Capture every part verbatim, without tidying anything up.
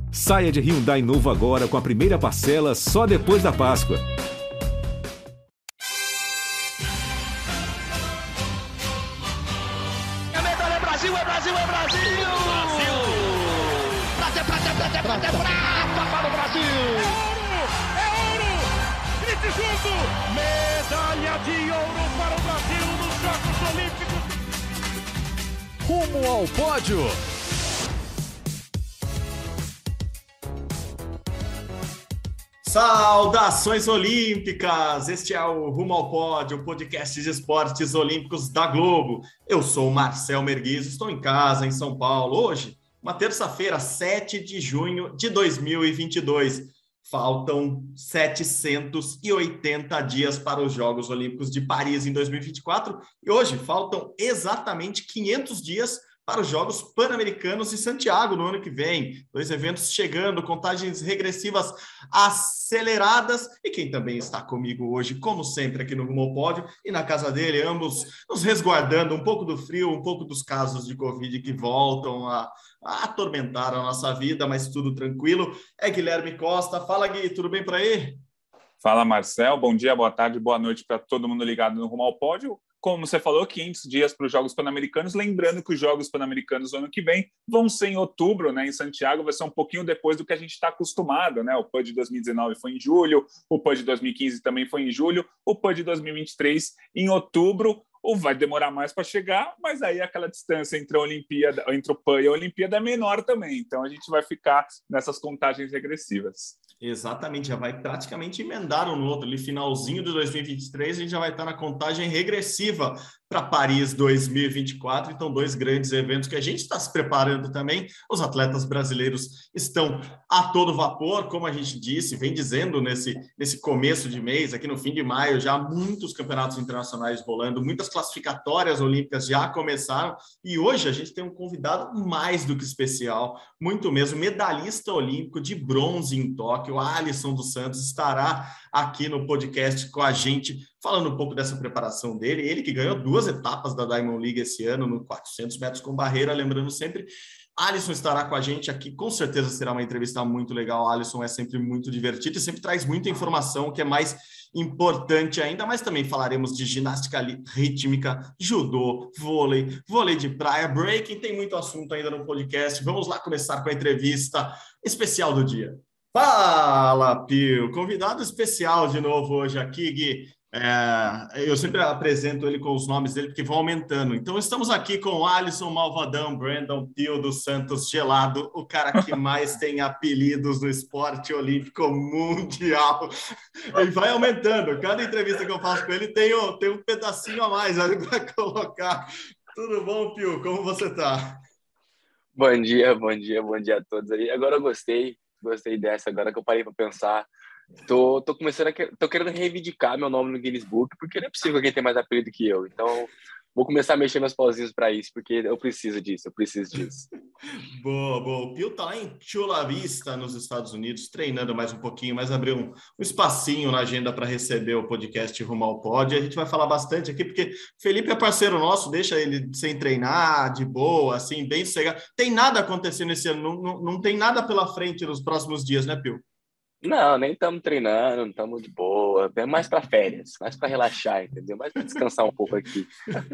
Saia de Hyundai novo agora com a primeira parcela só depois da Páscoa. A medalha é Brasil, é Brasil, é Brasil! Brasil! Prata, prata, prata, prata, prata para o Brasil! É ouro! É ouro! Grite junto! Medalha de ouro para o Brasil nos Jogos Olímpicos! Rumo ao pódio! Saudações olímpicas! Este é o Rumo ao Pódio, o podcast de esportes olímpicos da Globo. Eu sou o Marcel Merguizo, estou em casa, em São Paulo. Hoje, uma terça-feira, sete de junho de dois mil e vinte e dois. Faltam setecentos e oitenta dias para os Jogos Olímpicos de Paris em dois mil e vinte e quatro. E hoje faltam exatamente quinhentos dias para os Jogos Pan-Americanos de Santiago no ano que vem. Dois eventos chegando, contagens regressivas aceleradas. E quem também está comigo hoje, como sempre, aqui no Rumo ao Pódio e na casa dele, ambos nos resguardando um pouco do frio, um pouco dos casos de Covid que voltam a, a atormentar a nossa vida, mas tudo tranquilo. É Guilherme Costa. Fala, Gui, tudo bem por aí? Fala, Marcel. Bom dia, boa tarde, boa noite para todo mundo ligado no Rumo ao Pódio. Como você falou, quinhentos dias para os Jogos Pan-Americanos, lembrando que os Jogos Pan-Americanos do ano que vem vão ser em outubro, né, em Santiago, vai ser um pouquinho depois do que a gente está acostumado, né? O Pan de dois mil e dezenove foi em julho, o Pan de dois mil e quinze também foi em julho, o Pan de dois mil e vinte e três em outubro, ou vai demorar mais para chegar, mas aí aquela distância entre a Olimpíada, entre o Pan e a Olimpíada é menor também, então a gente vai ficar nessas contagens regressivas. Exatamente, já vai praticamente emendar um no outro. Ali, finalzinho de dois mil e vinte e três, a gente já vai estar na contagem regressiva para Paris dois mil e vinte e quatro. Então, dois grandes eventos que a gente está se preparando também. Os atletas brasileiros estão a todo vapor, como a gente disse, vem dizendo nesse, nesse começo de mês, aqui no fim de maio, já muitos campeonatos internacionais rolando, muitas classificatórias olímpicas já começaram. E hoje a gente tem um convidado mais do que especial, muito mesmo, medalhista olímpico de bronze em Tóquio. O Alisson dos Santos estará aqui no podcast com a gente, falando um pouco dessa preparação dele. Ele que ganhou duas etapas da Diamond League esse ano, no quatrocentos metros com barreira, lembrando sempre, Alisson estará com a gente aqui, com certeza será uma entrevista muito legal. Alisson é sempre muito divertido e sempre traz muita informação, que é mais importante ainda, mas também falaremos de ginástica rítmica, judô, vôlei, vôlei de praia, breaking, tem muito assunto ainda no podcast. Vamos lá começar com a entrevista especial do dia. Fala, Pio! Convidado especial de novo hoje aqui, Gui. É, eu sempre apresento ele com os nomes dele, porque vão aumentando. Então, estamos aqui com o Alisson Malvadão, Brandon Pio dos Santos Gelado, o cara que mais tem apelidos no esporte olímpico mundial. Ele vai aumentando. Cada entrevista que eu faço com ele tem, tem um pedacinho a mais para colocar. Tudo bom, Pio? Como você está? Bom dia, bom dia, bom dia a todos aí. Agora eu gostei. Gostei dessa, agora que eu parei para pensar. Tô, tô começando a tô querendo reivindicar meu nome no Guinness Book, porque não é possível que alguém tenha mais apelido que eu. Então, vou começar a mexer meus pauzinhos para isso, porque eu preciso disso, eu preciso disso. Boa, boa. O Pio tá lá em Chula Vista, nos Estados Unidos, treinando mais um pouquinho, mas abriu um, um espacinho na agenda para receber o podcast Rumo ao Pódio. A gente vai falar bastante aqui, porque Felipe é parceiro nosso, deixa ele sem treinar, de boa, assim, bem sossegado. Tem nada acontecendo esse ano, não, não, não tem nada pela frente nos próximos dias, né, Pio? Não, nem estamos treinando, não estamos de boa, é mais para férias, mais para relaxar, entendeu? Mais para descansar um pouco aqui.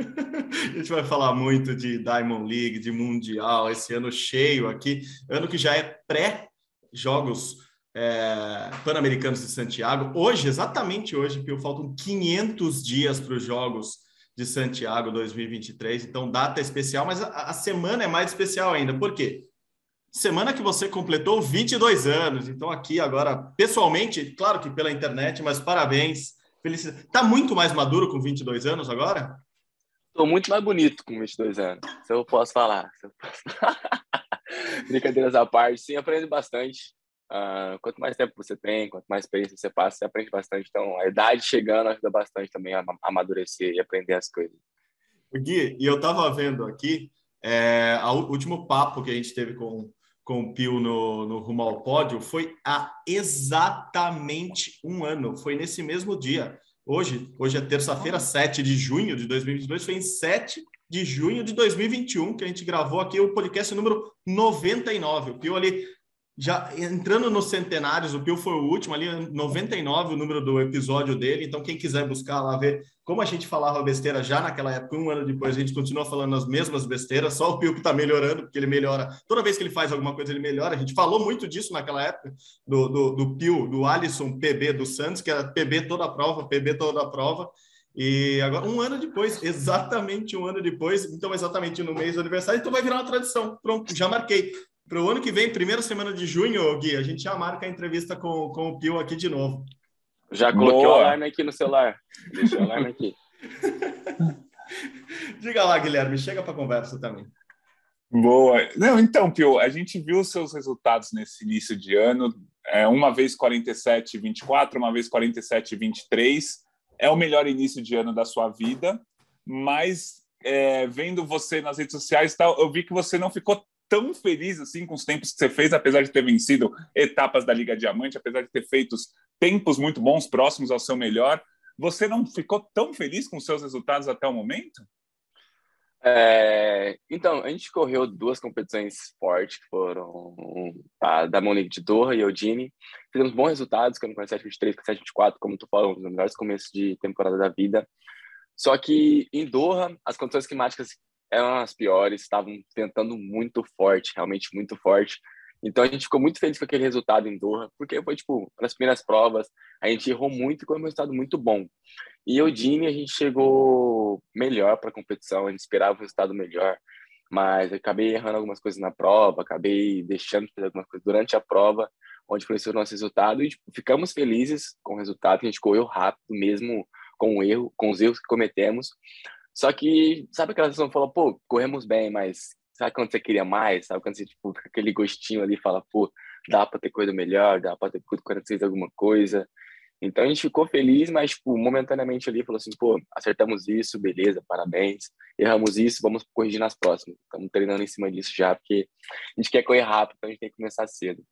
A gente vai falar muito de Diamond League, de Mundial, esse ano cheio aqui, ano que já é pré-jogos é, Pan-Americanos de Santiago. Hoje, exatamente hoje, Pio, faltam quinhentos dias para os Jogos de Santiago dois mil e vinte e três, então data especial, mas a, a semana é mais especial ainda. Por quê? Semana que você completou vinte e dois anos, então aqui agora, pessoalmente, claro que pela internet, mas parabéns, felicidade. Tá muito mais maduro com vinte e dois anos agora? Estou muito mais bonito com vinte e dois anos, se eu posso falar. Se eu posso... Brincadeiras à parte, sim, aprende bastante. Uh, quanto mais tempo você tem, quanto mais experiência você passa, você aprende bastante. Então, a idade chegando ajuda bastante também a amadurecer e aprender as coisas. Gui, e eu estava vendo aqui, é, o último papo que a gente teve com com o Pio no, no Rumo ao Pódio foi há exatamente um ano. Foi nesse mesmo dia. Hoje, hoje é terça-feira, sete de junho de dois mil e vinte e dois. Foi em sete de junho de dois mil e vinte e um que a gente gravou aqui o podcast número noventa e nove. O Pio ali Já entrando nos centenários, o Pio foi o último ali, noventa e nove, o número do episódio dele. Então, quem quiser buscar lá, ver como a gente falava besteira já naquela época, um ano depois, a gente continua falando as mesmas besteiras, só o Pio que está melhorando, porque ele melhora. Toda vez que ele faz alguma coisa, ele melhora. A gente falou muito disso naquela época, do, do, do Pio, do Alisson P B do Santos, que era P B toda a prova, P B toda a prova. E agora, um ano depois, exatamente um ano depois, então exatamente no mês do aniversário, então vai virar uma tradição. Pronto, já marquei. Para o ano que vem, primeira semana de junho, Gui, a gente já marca a entrevista com, com o Pio aqui de novo. Já coloquei Boa. o alarme aqui no celular. Deixa o alarme aqui. Diga lá, Guilherme, chega para a conversa também. Boa. Não, então, Pio, a gente viu os seus resultados nesse início de ano. É, uma vez quarenta e sete e vinte e quatro, uma vez quarenta e sete e vinte e três. É o melhor início de ano da sua vida, mas é, vendo você nas redes sociais, tal, eu vi que você não ficou tão feliz assim com os tempos que você fez, apesar de ter vencido etapas da Liga Diamante, apesar de ter feito tempos muito bons, próximos ao seu melhor. Você não ficou tão feliz com os seus resultados até o momento? É, então, a gente correu duas competições fortes, que foram a da Monique de Doha e Eudine. Fizemos bons resultados, que eu não conheci vinte e três, sete vinte e quatro, como tu falou, um dos melhores começos de temporada da vida. Só que em Doha, as condições climáticas eram as piores, estavam tentando muito forte, realmente muito forte. Então a gente ficou muito feliz com aquele resultado em Doha, porque foi, tipo, nas primeiras provas, a gente errou muito e ficou um resultado muito bom. E Eudine, a gente chegou melhor para a competição, a gente esperava um resultado melhor, mas acabei errando algumas coisas na prova, acabei deixando de fazer algumas coisas durante a prova, onde influenciou o nosso resultado, e tipo, ficamos felizes com o resultado, a gente correu rápido, mesmo com o erro, com os erros que cometemos. Só que, sabe aquela sensação que fala, pô, corremos bem, mas sabe quando você queria mais? Sabe quando você, tipo, fica aquele gostinho ali e fala, pô, dá pra ter coisa melhor, dá pra ter coisa quando você fez alguma coisa. Então a gente ficou feliz, mas, tipo, momentaneamente ali falou assim, pô, acertamos isso, beleza, parabéns. Erramos isso, vamos corrigir nas próximas. Estamos treinando em cima disso já, porque a gente quer correr rápido, então a gente tem que começar cedo.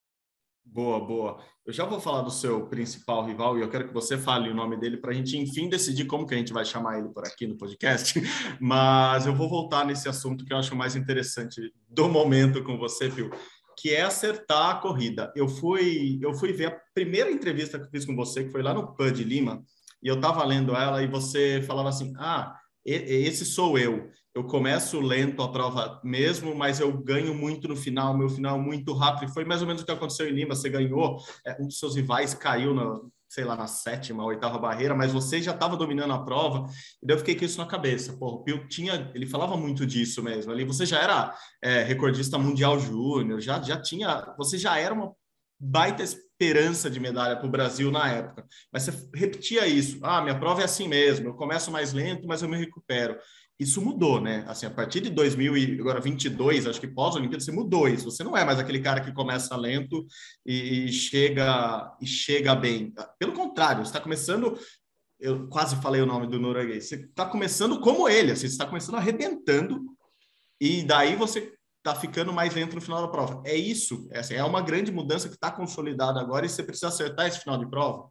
Boa, boa. Eu já vou falar do seu principal rival e eu quero que você fale o nome dele para a gente, enfim, decidir como que a gente vai chamar ele por aqui no podcast. Mas eu vou voltar nesse assunto que eu acho mais interessante do momento com você, Pio, que é acertar a corrida. Eu fui, eu fui ver a primeira entrevista que eu fiz com você, que foi lá no P U de Lima, e eu estava lendo ela e você falava assim, ah, esse sou eu. Eu começo lento a prova mesmo, mas eu ganho muito no final, meu final é muito rápido. Foi mais ou menos o que aconteceu em Lima, você ganhou, é, um dos seus rivais caiu na, sei lá, na sétima, oitava barreira, mas você já estava dominando a prova, e daí eu fiquei com isso na cabeça. Pô, o Pio tinha, ele falava muito disso mesmo, ali você já era é, recordista mundial júnior, já, já tinha, você já era uma baita esperança de medalha para o Brasil na época, mas você repetia isso, ah, minha prova é assim mesmo, eu começo mais lento, mas eu me recupero. Isso mudou, né? Assim, a partir de dois mil e vinte e dois, acho que pós-Olimpíada, você mudou isso. Você não é mais aquele cara que começa lento e chega e chega bem. Pelo contrário, você está começando. Eu quase falei o nome do norueguês. Você está começando como ele, assim, você está começando arrebentando e daí você está ficando mais lento no final da prova. É isso. É, assim, é uma grande mudança que está consolidada agora e você precisa acertar esse final de prova.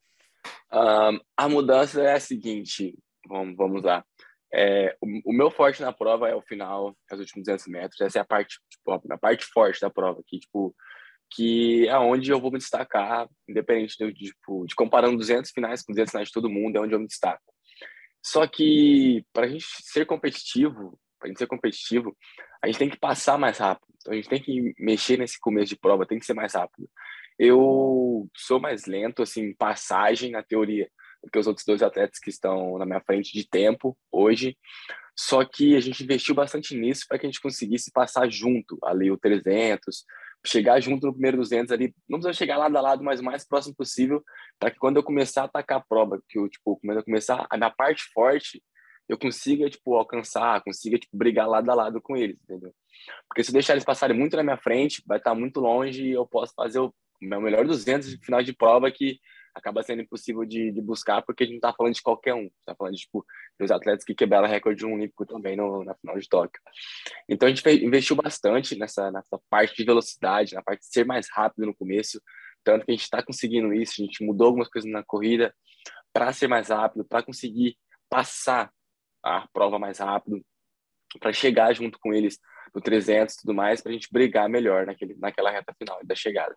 Um, a mudança é a seguinte. Vamos, vamos lá. É, o, o meu forte na prova é o final, é os últimos duzentos metros. Essa é a parte, tipo, a parte forte da prova, que, tipo, que é onde eu vou me destacar, independente de, tipo, de comparando duzentos finais com duzentos finais de todo mundo, é onde eu me destaco. Só que, para a gente ser competitivo, para a gente ser competitivo, a gente tem que passar mais rápido. Então, a gente tem que mexer nesse começo de prova, tem que ser mais rápido. Eu sou mais lento, assim, passagem na teoria, do que os outros dois atletas que estão na minha frente de tempo hoje, só que a gente investiu bastante nisso para que a gente conseguisse passar junto ali o trezentos, chegar junto no primeiro duzentos ali, não precisa chegar lado a lado, mas o mais próximo possível, para que quando eu começar a atacar a prova, que eu, tipo, quando eu começar a minha parte forte, eu consiga, tipo, alcançar, consiga, tipo, brigar lado a lado com eles, entendeu? Porque se eu deixar eles passarem muito na minha frente, vai estar muito longe e eu posso fazer o meu melhor duzentos de final de prova que acaba sendo impossível de, de buscar, porque a gente não tá falando de qualquer um, tá falando de, tipo, dos atletas que quebraram recorde olímpico também no, na final de Tóquio. Então a gente fez, investiu bastante nessa, nessa parte de velocidade, na parte de ser mais rápido no começo, tanto que a gente está conseguindo isso, a gente mudou algumas coisas na corrida para ser mais rápido, para conseguir passar a prova mais rápido, para chegar junto com eles do trezentos e tudo mais, para a gente brigar melhor naquele, naquela reta final da chegada.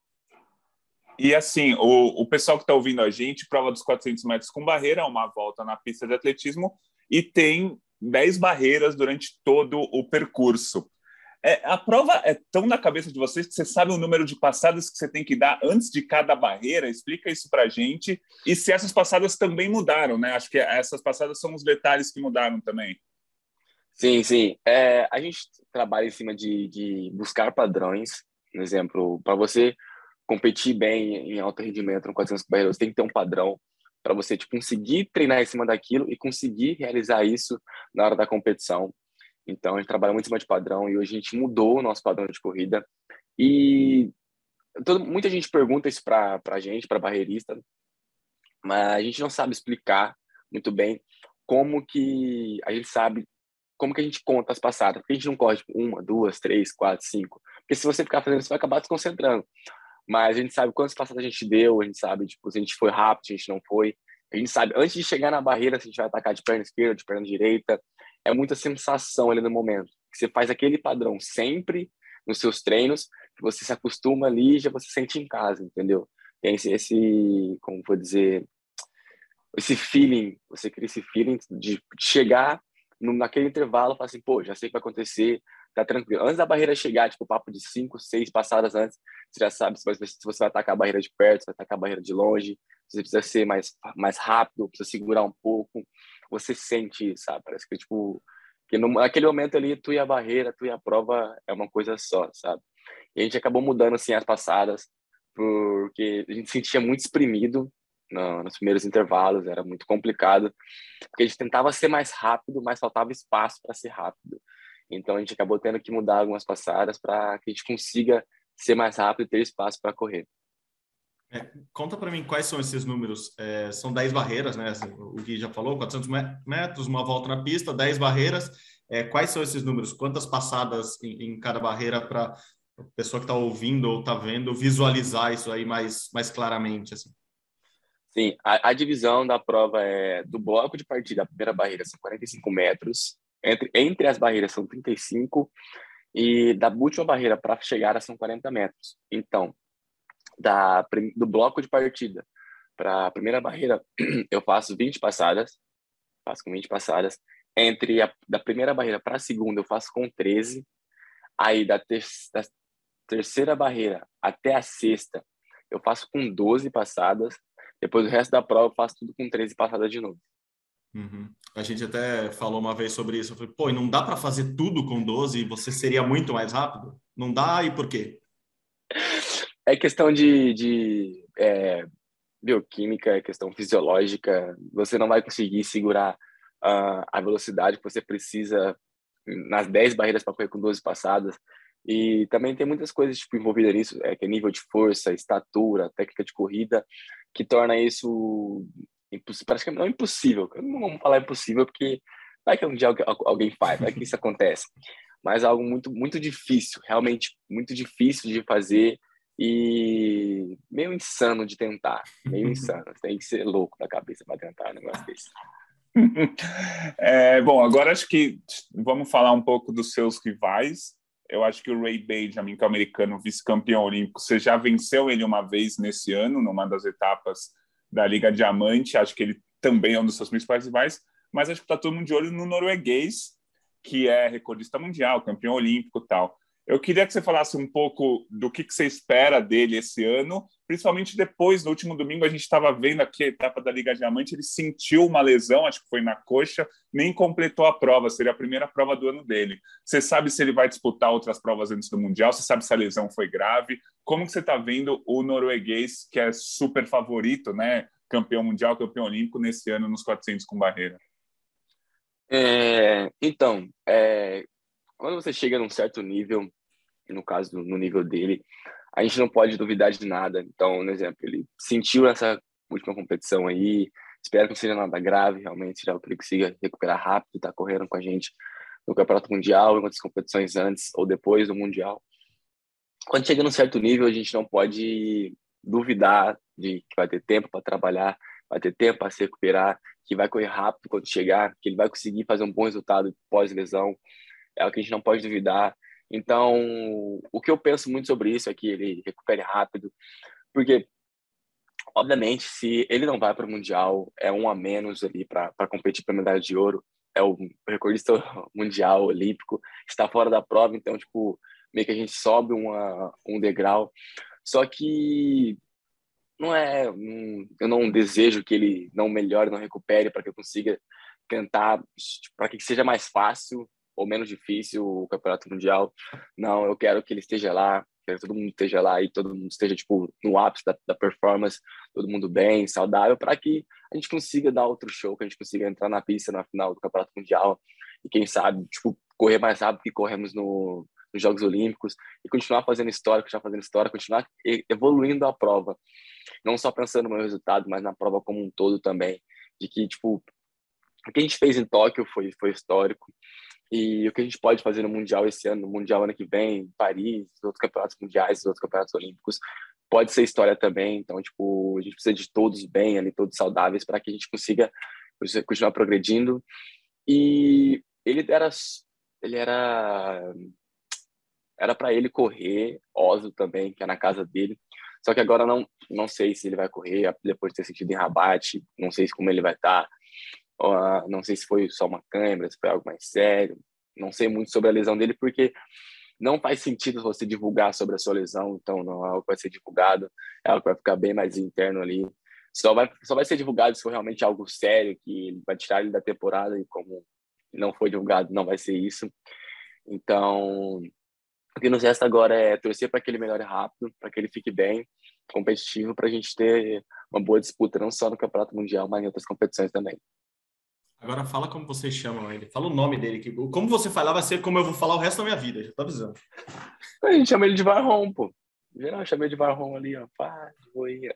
E assim, o, o pessoal que está ouvindo a gente, prova dos quatrocentos metros com barreira, uma volta na pista de atletismo, e tem dez barreiras durante todo o percurso. É, a prova é tão na cabeça de vocês que você sabe o número de passadas que você tem que dar antes de cada barreira? Explica isso para a gente. E se essas passadas também mudaram, né? Acho que essas passadas são os detalhes que mudaram também. Sim, sim. É, a gente trabalha em cima de, de buscar padrões. Por exemplo, para você competir bem em alto rendimento no quatrocentos barreiras, você tem que ter um padrão para você tipo, conseguir treinar em cima daquilo e conseguir realizar isso na hora da competição. Então, a gente trabalha muito em cima de padrão e hoje a gente mudou o nosso padrão de corrida. E todo, muita gente pergunta isso para a gente, para barreirista, mas a gente não sabe explicar muito bem como que a gente sabe, como que a gente conta as passadas. Porque a gente não corre tipo, uma, duas, três, quatro, cinco. Porque se você ficar fazendo isso, você vai acabar se concentrando. Mas a gente sabe quantas passadas a gente deu, a gente sabe tipo, se a gente foi rápido, se a gente não foi. A gente sabe, antes de chegar na barreira, se a gente vai atacar de perna esquerda, de perna direita. É muita sensação ali no momento. Você faz aquele padrão sempre nos seus treinos, que você se acostuma ali e já você sente em casa, entendeu? Tem esse, esse como vou dizer, esse feeling, você cria esse feeling de chegar no, naquele intervalo e falar assim, pô, já sei o que vai acontecer, tá tranquilo. Antes da barreira chegar, tipo, papo de cinco, seis passadas antes, você já sabe se você, se você vai atacar a barreira de perto, se vai atacar a barreira de longe, se você precisa ser mais, mais rápido, precisa segurar um pouco. Você sente, sabe? Parece que, tipo, que no, naquele momento ali, tu e a barreira, tu e a prova é uma coisa só, sabe? E a gente acabou mudando, assim, as passadas, porque a gente se sentia muito exprimido no, nos primeiros intervalos, era muito complicado, porque a gente tentava ser mais rápido, mas faltava espaço para ser rápido. Então, a gente acabou tendo que mudar algumas passadas para que a gente consiga ser mais rápido e ter espaço para correr. É, conta para mim quais são esses números. É, são dez barreiras, né? O Gui já falou, quatrocentos metros, uma volta na pista, dez barreiras. É, quais são esses números? Quantas passadas em, em cada barreira para a pessoa que está ouvindo ou está vendo visualizar isso aí mais, mais claramente? Assim? Sim, a, a divisão da prova é do bloco de partida, a primeira barreira são quarenta e cinco metros, entre, entre as barreiras são trinta e cinco e da última barreira para chegar são quarenta metros. Então, Da, do bloco de partida para a primeira barreira, eu faço vinte passadas, faço com vinte passadas. Entre a da primeira barreira para a segunda, eu faço com treze. Aí, da, ter, da terceira barreira até a sexta, eu faço com doze passadas. Depois, o resto da prova, eu faço tudo com treze passadas de novo. Uhum. A gente até falou uma vez sobre isso. Eu falei, pô, e não dá para fazer tudo com doze e você seria muito mais rápido? Não dá, e por quê? É questão de, de é, bioquímica, é questão fisiológica. Você não vai conseguir segurar uh, a velocidade que você precisa nas dez barreiras para correr com doze passadas. E também tem muitas coisas tipo, envolvidas nisso, é, que é nível de força, estatura, técnica de corrida, que torna isso praticamente não impossível. Não vamos falar impossível porque vai que um dia alguém faz, vai que isso acontece. Mas é algo muito, muito difícil, realmente muito difícil de fazer. E meio insano de tentar, meio insano. Você tem que ser louco da cabeça para tentar um negócio desse. É, bom, agora acho que vamos falar um pouco dos seus rivais. Eu acho que o Ray Benjamin, que é o americano vice-campeão olímpico, você já venceu ele uma vez nesse ano, numa das etapas da Liga Diamante. Acho que ele também é um dos seus principais rivais, mas acho que está todo mundo de olho no norueguês, que é recordista mundial, campeão olímpico e tal. Eu queria que você falasse um pouco do que, que você espera dele esse ano, principalmente depois, no último domingo, a gente estava vendo aqui a etapa da Liga Diamante, ele sentiu uma lesão, acho que foi na coxa, nem completou a prova, seria a primeira prova do ano dele. Você sabe se ele vai disputar outras provas antes do Mundial? Você sabe se a lesão foi grave? Como que você está vendo o norueguês, que é super favorito, né? Campeão mundial, campeão olímpico, nesse ano nos quatrocentos com barreira? É, então, é, quando você chega num certo nível, no caso, no nível dele, a gente não pode duvidar de nada. Então, por exemplo, ele sentiu essa última competição aí, espero que não seja nada grave, realmente, espero que ele consiga recuperar rápido, tá correndo com a gente no Campeonato Mundial, em outras competições antes ou depois do Mundial. Quando chega num certo nível, a gente não pode duvidar de que vai ter tempo para trabalhar, vai ter tempo para se recuperar, que vai correr rápido quando chegar, que ele vai conseguir fazer um bom resultado pós-lesão. é algo que a gente não pode duvidar. Então, o que eu penso muito sobre isso é que ele recupere rápido, porque, obviamente, se ele não vai para o Mundial, é um a menos ali para competir pela medalha de ouro, é o recordista mundial, olímpico, está fora da prova, então, tipo, meio que a gente sobe uma, um degrau. Só que não é, um, eu não desejo que ele não melhore, não recupere, para que eu consiga tentar, para que seja mais fácil ou menos difícil o Campeonato Mundial. Não, eu quero que ele esteja lá, quero que todo mundo esteja lá e todo mundo esteja, tipo, no ápice da, da performance, todo mundo bem, saudável, para que a gente consiga dar outro show, que a gente consiga entrar na pista na final do Campeonato Mundial e, quem sabe, tipo, correr mais rápido que corremos no, nos Jogos Olímpicos e continuar fazendo história, continuar fazendo história, continuar evoluindo a prova. Não só pensando no meu resultado, mas na prova como um todo também. De que, tipo, o que a gente fez em Tóquio foi, foi histórico. E o que a gente pode fazer no Mundial esse ano, no Mundial ano que vem, em Paris, outros campeonatos mundiais, outros campeonatos olímpicos, pode ser história também. Então, tipo, a gente precisa de todos bem ali, todos saudáveis, para que a gente consiga continuar progredindo. E ele era, ele era, era para ele correr, Oslo também, que é na casa dele. Só que agora não, não sei se ele vai correr depois de ter sentido em Rabat, não sei como ele vai estar. Uh, não sei se foi só uma câimbra, se foi algo mais sério, não sei muito sobre a lesão dele, porque não faz sentido você divulgar sobre a sua lesão, então não é algo que vai ser divulgado, é algo que vai ficar bem mais interno ali, só vai, só vai ser divulgado se for realmente algo sério, que vai tirar ele da temporada, e como não foi divulgado, não vai ser isso. Então, o que nos resta agora é torcer para que ele melhore rápido, para que ele fique bem, competitivo, para a gente ter uma boa disputa, não só no Campeonato Mundial, mas em outras competições também. Agora fala como vocês chamam ele. Fala o nome dele. Que, como você falar vai ser como eu vou falar o resto da minha vida. Já tô avisando. A gente chama ele de Warholm, pô. Em geral, eu chamei de Warholm ali, ó. Pá, de boinha.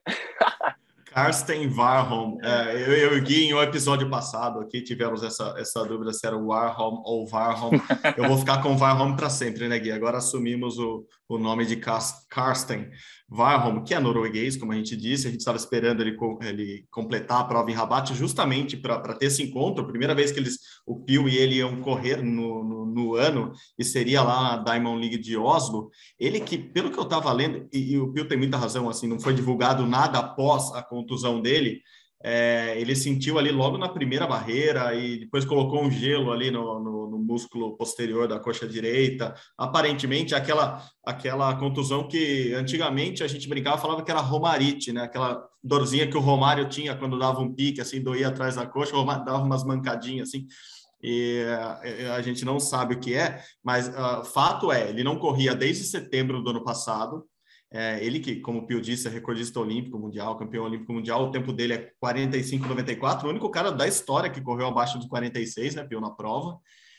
Karsten Warholm. É, eu, eu e o Gui, em um episódio passado aqui, tivemos essa, essa dúvida se era Warholm ou Warholm. Eu vou ficar com Warholm para sempre, né, Gui? Agora assumimos o, o nome de Karsten Warholm, que é norueguês, como a gente disse. A gente estava esperando ele, ele completar a prova em Rabat justamente para ter esse encontro. A primeira vez que eles, o Pio e ele iam correr no, no, no ano, e seria lá na Diamond League de Oslo. Ele que, pelo que eu estava lendo, e, e o Pio tem muita razão, assim, não foi divulgado nada após a contusão dele, é, ele sentiu ali logo na primeira barreira e depois colocou um gelo ali no, no, no músculo posterior da coxa direita. Aparentemente, aquela, aquela contusão que antigamente a gente brincava, falava que era romarite, né? Aquela dorzinha que o Romário tinha quando dava um pique, assim, doía atrás da coxa, o Romário dava umas mancadinhas, assim. E a gente não sabe o que é, mas uh, fato é, ele não corria desde setembro do ano passado. É, ele que, como o Pio disse, é recordista olímpico mundial, campeão olímpico mundial, o tempo dele é quarenta e cinco vírgula noventa e quatro, o único cara da história que correu abaixo dos quarenta e seis, né, Pio, na prova.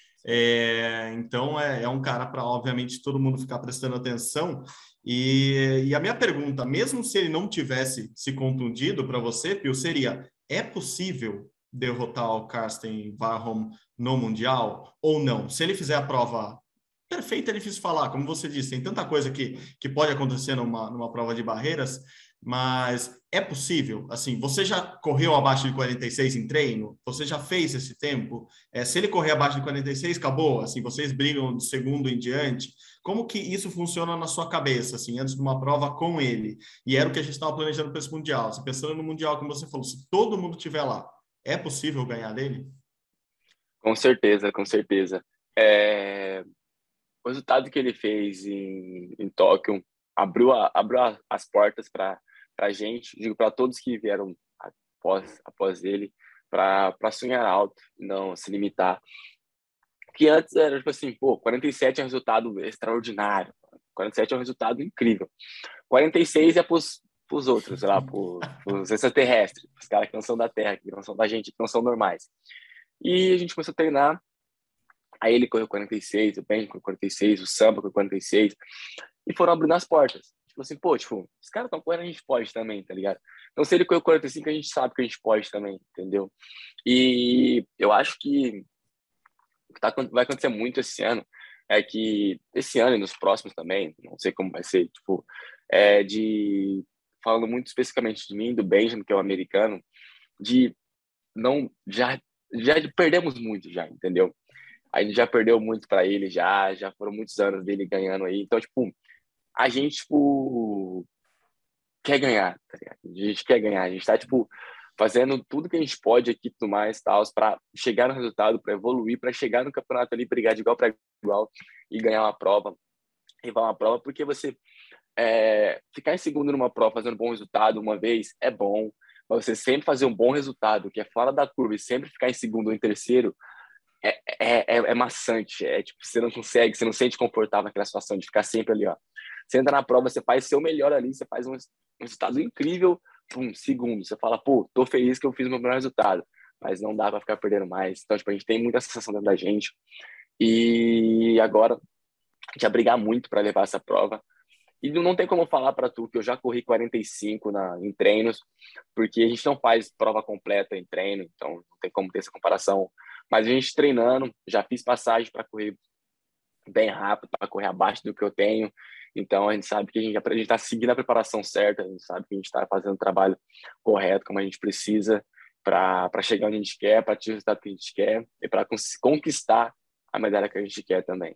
É, então é, é um cara para, obviamente, todo mundo ficar prestando atenção. E, e a minha pergunta, mesmo se ele não tivesse se contundido para você, Pio, seria: é possível derrotar o Karsten Warholm no Mundial ou não? Se ele fizer a prova perfeito, é difícil falar, como você disse, tem tanta coisa que, que pode acontecer numa, numa prova de barreiras, mas é possível. Assim, você já correu abaixo de quarenta e seis em treino? Você já fez esse tempo? É, se ele correr abaixo de quarenta e seis, acabou? Assim, vocês brigam de segundo em diante? Como que isso funciona na sua cabeça, assim, antes de uma prova com ele? E era o que a gente estava planejando para esse Mundial. Você pensando no Mundial, como você falou, se todo mundo estiver lá, é possível ganhar dele? Com certeza, com certeza. É... O resultado que ele fez em, em Tóquio abriu, a, abriu a, as portas para a gente, digo para todos que vieram após, após ele, para sonhar alto, não se limitar. Que antes era tipo assim, pô, quarenta e sete é um resultado extraordinário, quarenta e sete é um resultado incrível. quarenta e seis é para os outros, sei lá, para os extraterrestres, os caras que não são da Terra, que não são da gente, que não são normais. E a gente começou a treinar. Aí ele correu quarenta e seis, o Ben correu quarenta e seis, o Samba correu quarenta e seis, e foram abrindo as portas. Tipo assim, pô, tipo, os caras estão correndo, a gente pode também, tá ligado? Então, se ele correu quarenta e cinco, a gente sabe que a gente pode também, entendeu? E eu acho que o que tá, vai acontecer muito esse ano é que, esse ano e nos próximos também, não sei como vai ser, tipo, é de, falando muito especificamente de mim, do Benjamin, que é o americano, de não, já, já perdemos muito já, entendeu? A gente já perdeu muito para ele, já, já foram muitos anos dele ganhando aí. Então, tipo, a gente, tipo, quer ganhar, tá ligado? A gente quer ganhar, a gente tá, tipo, fazendo tudo que a gente pode aqui e tudo mais, tal, para chegar no resultado, para evoluir, para chegar no campeonato ali, brigar de igual para igual e ganhar uma prova, levar uma prova, porque você é, ficar em segundo numa prova fazendo um bom resultado uma vez é bom, mas você sempre fazer um bom resultado, que é fora da curva, e sempre ficar em segundo ou em terceiro, é, é, é, é maçante, é tipo, você não consegue, você não se sente confortável naquela situação de ficar sempre ali, ó. Você entra na prova, você faz seu melhor ali, você faz um, um resultado incrível, um segundo, você fala, pô, tô feliz que eu fiz o meu melhor resultado, mas não dá para ficar perdendo mais. Então, tipo, a gente tem muita sensação dentro da gente. E agora, a gente vai brigar muito para levar essa prova. E não tem como falar para tu que eu já corri quarenta e cinco na, em treinos, porque a gente não faz prova completa em treino, então não tem como ter essa comparação. Mas a gente treinando, já fiz passagem para correr bem rápido, para correr abaixo do que eu tenho. Então, a gente sabe que a gente a está seguindo a preparação certa, a gente sabe que a gente está fazendo o trabalho correto, como a gente precisa, para chegar onde a gente quer, para ter o resultado que a gente quer e para conquistar a medalha que a gente quer também.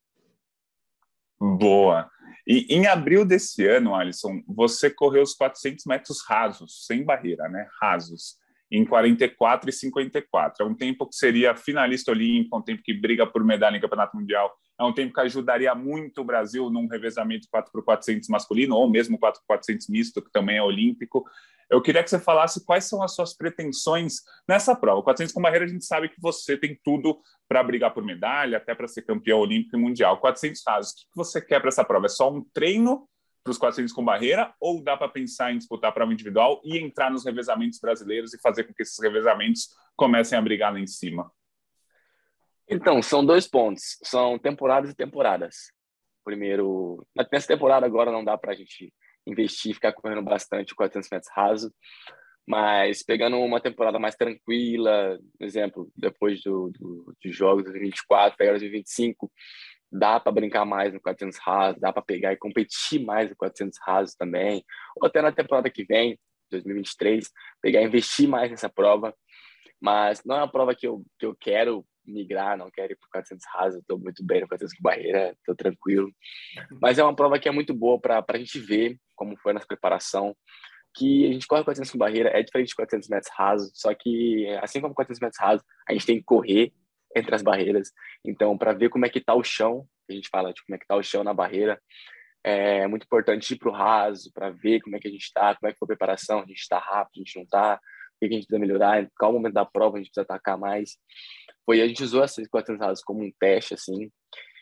Boa. E em abril desse ano, Alisson, você correu os quatrocentos metros rasos, sem barreira, né? Rasos, em quarenta e quatro e cinquenta e quatro. É um tempo que seria finalista olímpico, um tempo que briga por medalha em campeonato mundial. É um tempo que ajudaria muito o Brasil num revezamento quatro por quatrocentos masculino, ou mesmo quatro por quatrocentos misto, que também é olímpico. Eu queria que você falasse quais são as suas pretensões nessa prova. quatrocentos com barreira, a gente sabe que você tem tudo para brigar por medalha, até para ser campeão olímpico e mundial. quatrocentos rasos, o que você quer para essa prova? É só um treino para os quatrocentos com barreira, ou dá para pensar em disputar prova individual e entrar nos revezamentos brasileiros e fazer com que esses revezamentos comecem a brigar lá em cima? Então, são dois pontos. São temporadas e temporadas. Primeiro, nessa temporada agora não dá para a gente investir, ficar correndo bastante quatrocentos metros raso, mas pegando uma temporada mais tranquila, por exemplo, depois do, do, de jogos de dois mil e vinte e quatro, pegar dois mil e vinte e cinco, dá para brincar mais no quatrocentos raso, dá para pegar e competir mais no quatrocentos raso também, ou até na temporada que vem, dois mil e vinte e três, pegar e investir mais nessa prova, mas não é uma prova que eu, que eu quero migrar, não quero ir para o quatrocentos raso, estou muito bem no quatrocentos com barreira, estou tranquilo, mas é uma prova que é muito boa para a gente ver como foi na preparação, que a gente corre quatrocentos com barreira, é diferente de quatrocentos metros raso, só que assim como quatrocentos metros raso, a gente tem que correr entre as barreiras, então para ver como é que está o chão, a gente fala de como é que está o chão na barreira, é muito importante ir para o raso, para ver como é que a gente está, como é que foi a preparação, a gente está rápido, a gente não está, o que a gente precisa melhorar, em qual momento da prova a gente precisa atacar mais. Foi, a gente usou esses quatrocentos rasos como um teste, assim,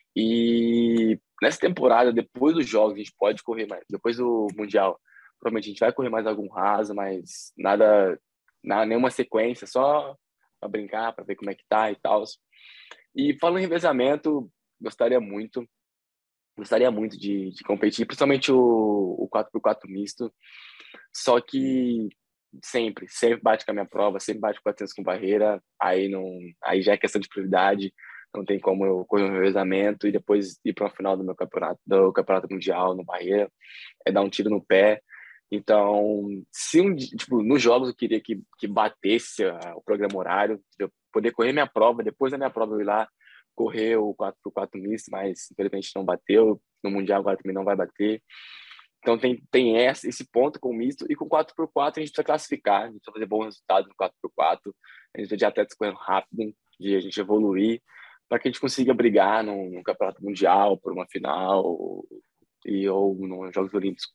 e nessa temporada, depois dos jogos, a gente pode correr mais, depois do Mundial, provavelmente a gente vai correr mais algum raso, mas nada, nada nenhuma sequência, só para brincar, para ver como é que tá e tal. E falando em revezamento, gostaria muito, gostaria muito de, de competir, principalmente o, o quatro por quatro misto, só que sempre, sempre bate com a minha prova, sempre bate com quatrocentos com barreira, aí, não, aí já é questão de prioridade, não tem como eu correr um revezamento e depois ir para o final do meu campeonato, do campeonato mundial no barreira, é dar um tiro no pé. Então, se um, tipo, nos jogos eu queria que, que batesse uh, o programa horário, eu poder correr minha prova, depois da minha prova eu ir lá correr o quatro por quatro misto, mas infelizmente não bateu, no mundial agora também não vai bater. Então tem, tem esse ponto com o misto, e com o quatro por quatro a gente precisa classificar, a gente precisa fazer bons resultados no quatro por quatro, a gente precisa de atletas correndo rápido, de a gente evoluir, para que a gente consiga brigar num, num campeonato mundial, por uma final, e, ou nos Jogos Olímpicos.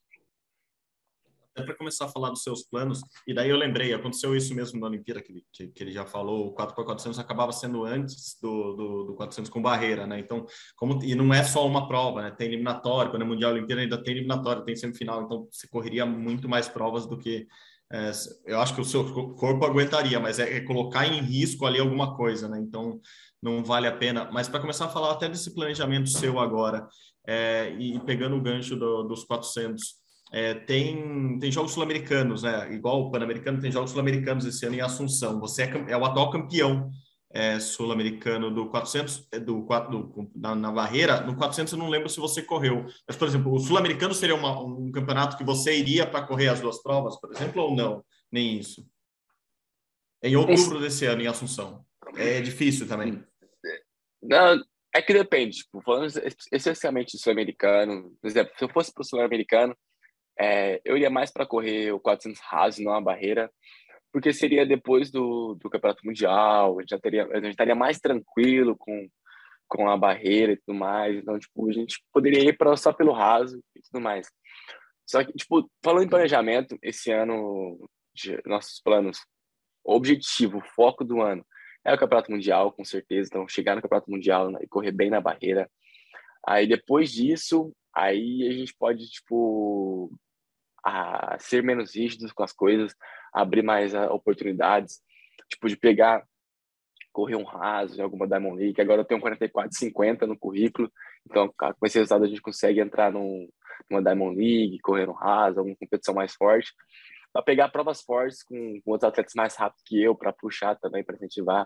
Até para começar a falar dos seus planos, e daí eu lembrei, aconteceu isso mesmo na Olimpíada, que ele, que, que ele já falou, o quatro por quatrocentos acabava sendo antes do, do, do quatrocentos com barreira, né? Então, como, e não é só uma prova, né? Tem eliminatória, quando é Mundial Olimpíada ainda tem eliminatória, tem semifinal, então você correria muito mais provas do que... É, eu acho que o seu corpo aguentaria, mas é, é colocar em risco ali alguma coisa, né? Então, não vale a pena. Mas para começar a falar até desse planejamento seu agora, é, e pegando o gancho do, dos quatrocentos... É, tem, tem jogos sul-americanos, né? Igual o Pan-Americano, tem jogos sul-americanos esse ano em Assunção. Você é, é o atual campeão é, sul-americano do quatrocentos, do, do, na, na barreira. No quatrocentos eu não lembro se você correu. Mas, por exemplo, o sul-americano seria uma, um campeonato que você iria para correr as duas provas, por exemplo, ou não? Nem isso. Em outubro desse ano, em Assunção. É difícil também. Não, é que depende, tipo, falando especificamente do sul-americano, por exemplo, se eu fosse para o sul-americano, é, eu iria mais para correr o quatrocentos raso, não a barreira, porque seria depois do, do Campeonato Mundial, a gente já teria, a gente estaria mais tranquilo com, com a barreira e tudo mais, então, tipo, a gente poderia ir pra, só pelo raso e tudo mais. Só que, tipo, falando em planejamento, esse ano, de, nossos planos, o objetivo, o foco do ano é o Campeonato Mundial, com certeza, então chegar no Campeonato Mundial, né, e correr bem na barreira. Aí, depois disso, aí a gente pode, tipo, a ser menos rígidos com as coisas, abrir mais a, oportunidades, tipo, de pegar, correr um raso em alguma Diamond League. Agora eu tenho um quarenta e quatro cinquenta no currículo, então com esse resultado a gente consegue entrar num, numa Diamond League, correr um raso, alguma competição mais forte, para pegar provas fortes com, com outros atletas mais rápidos que eu, para puxar também, para incentivar.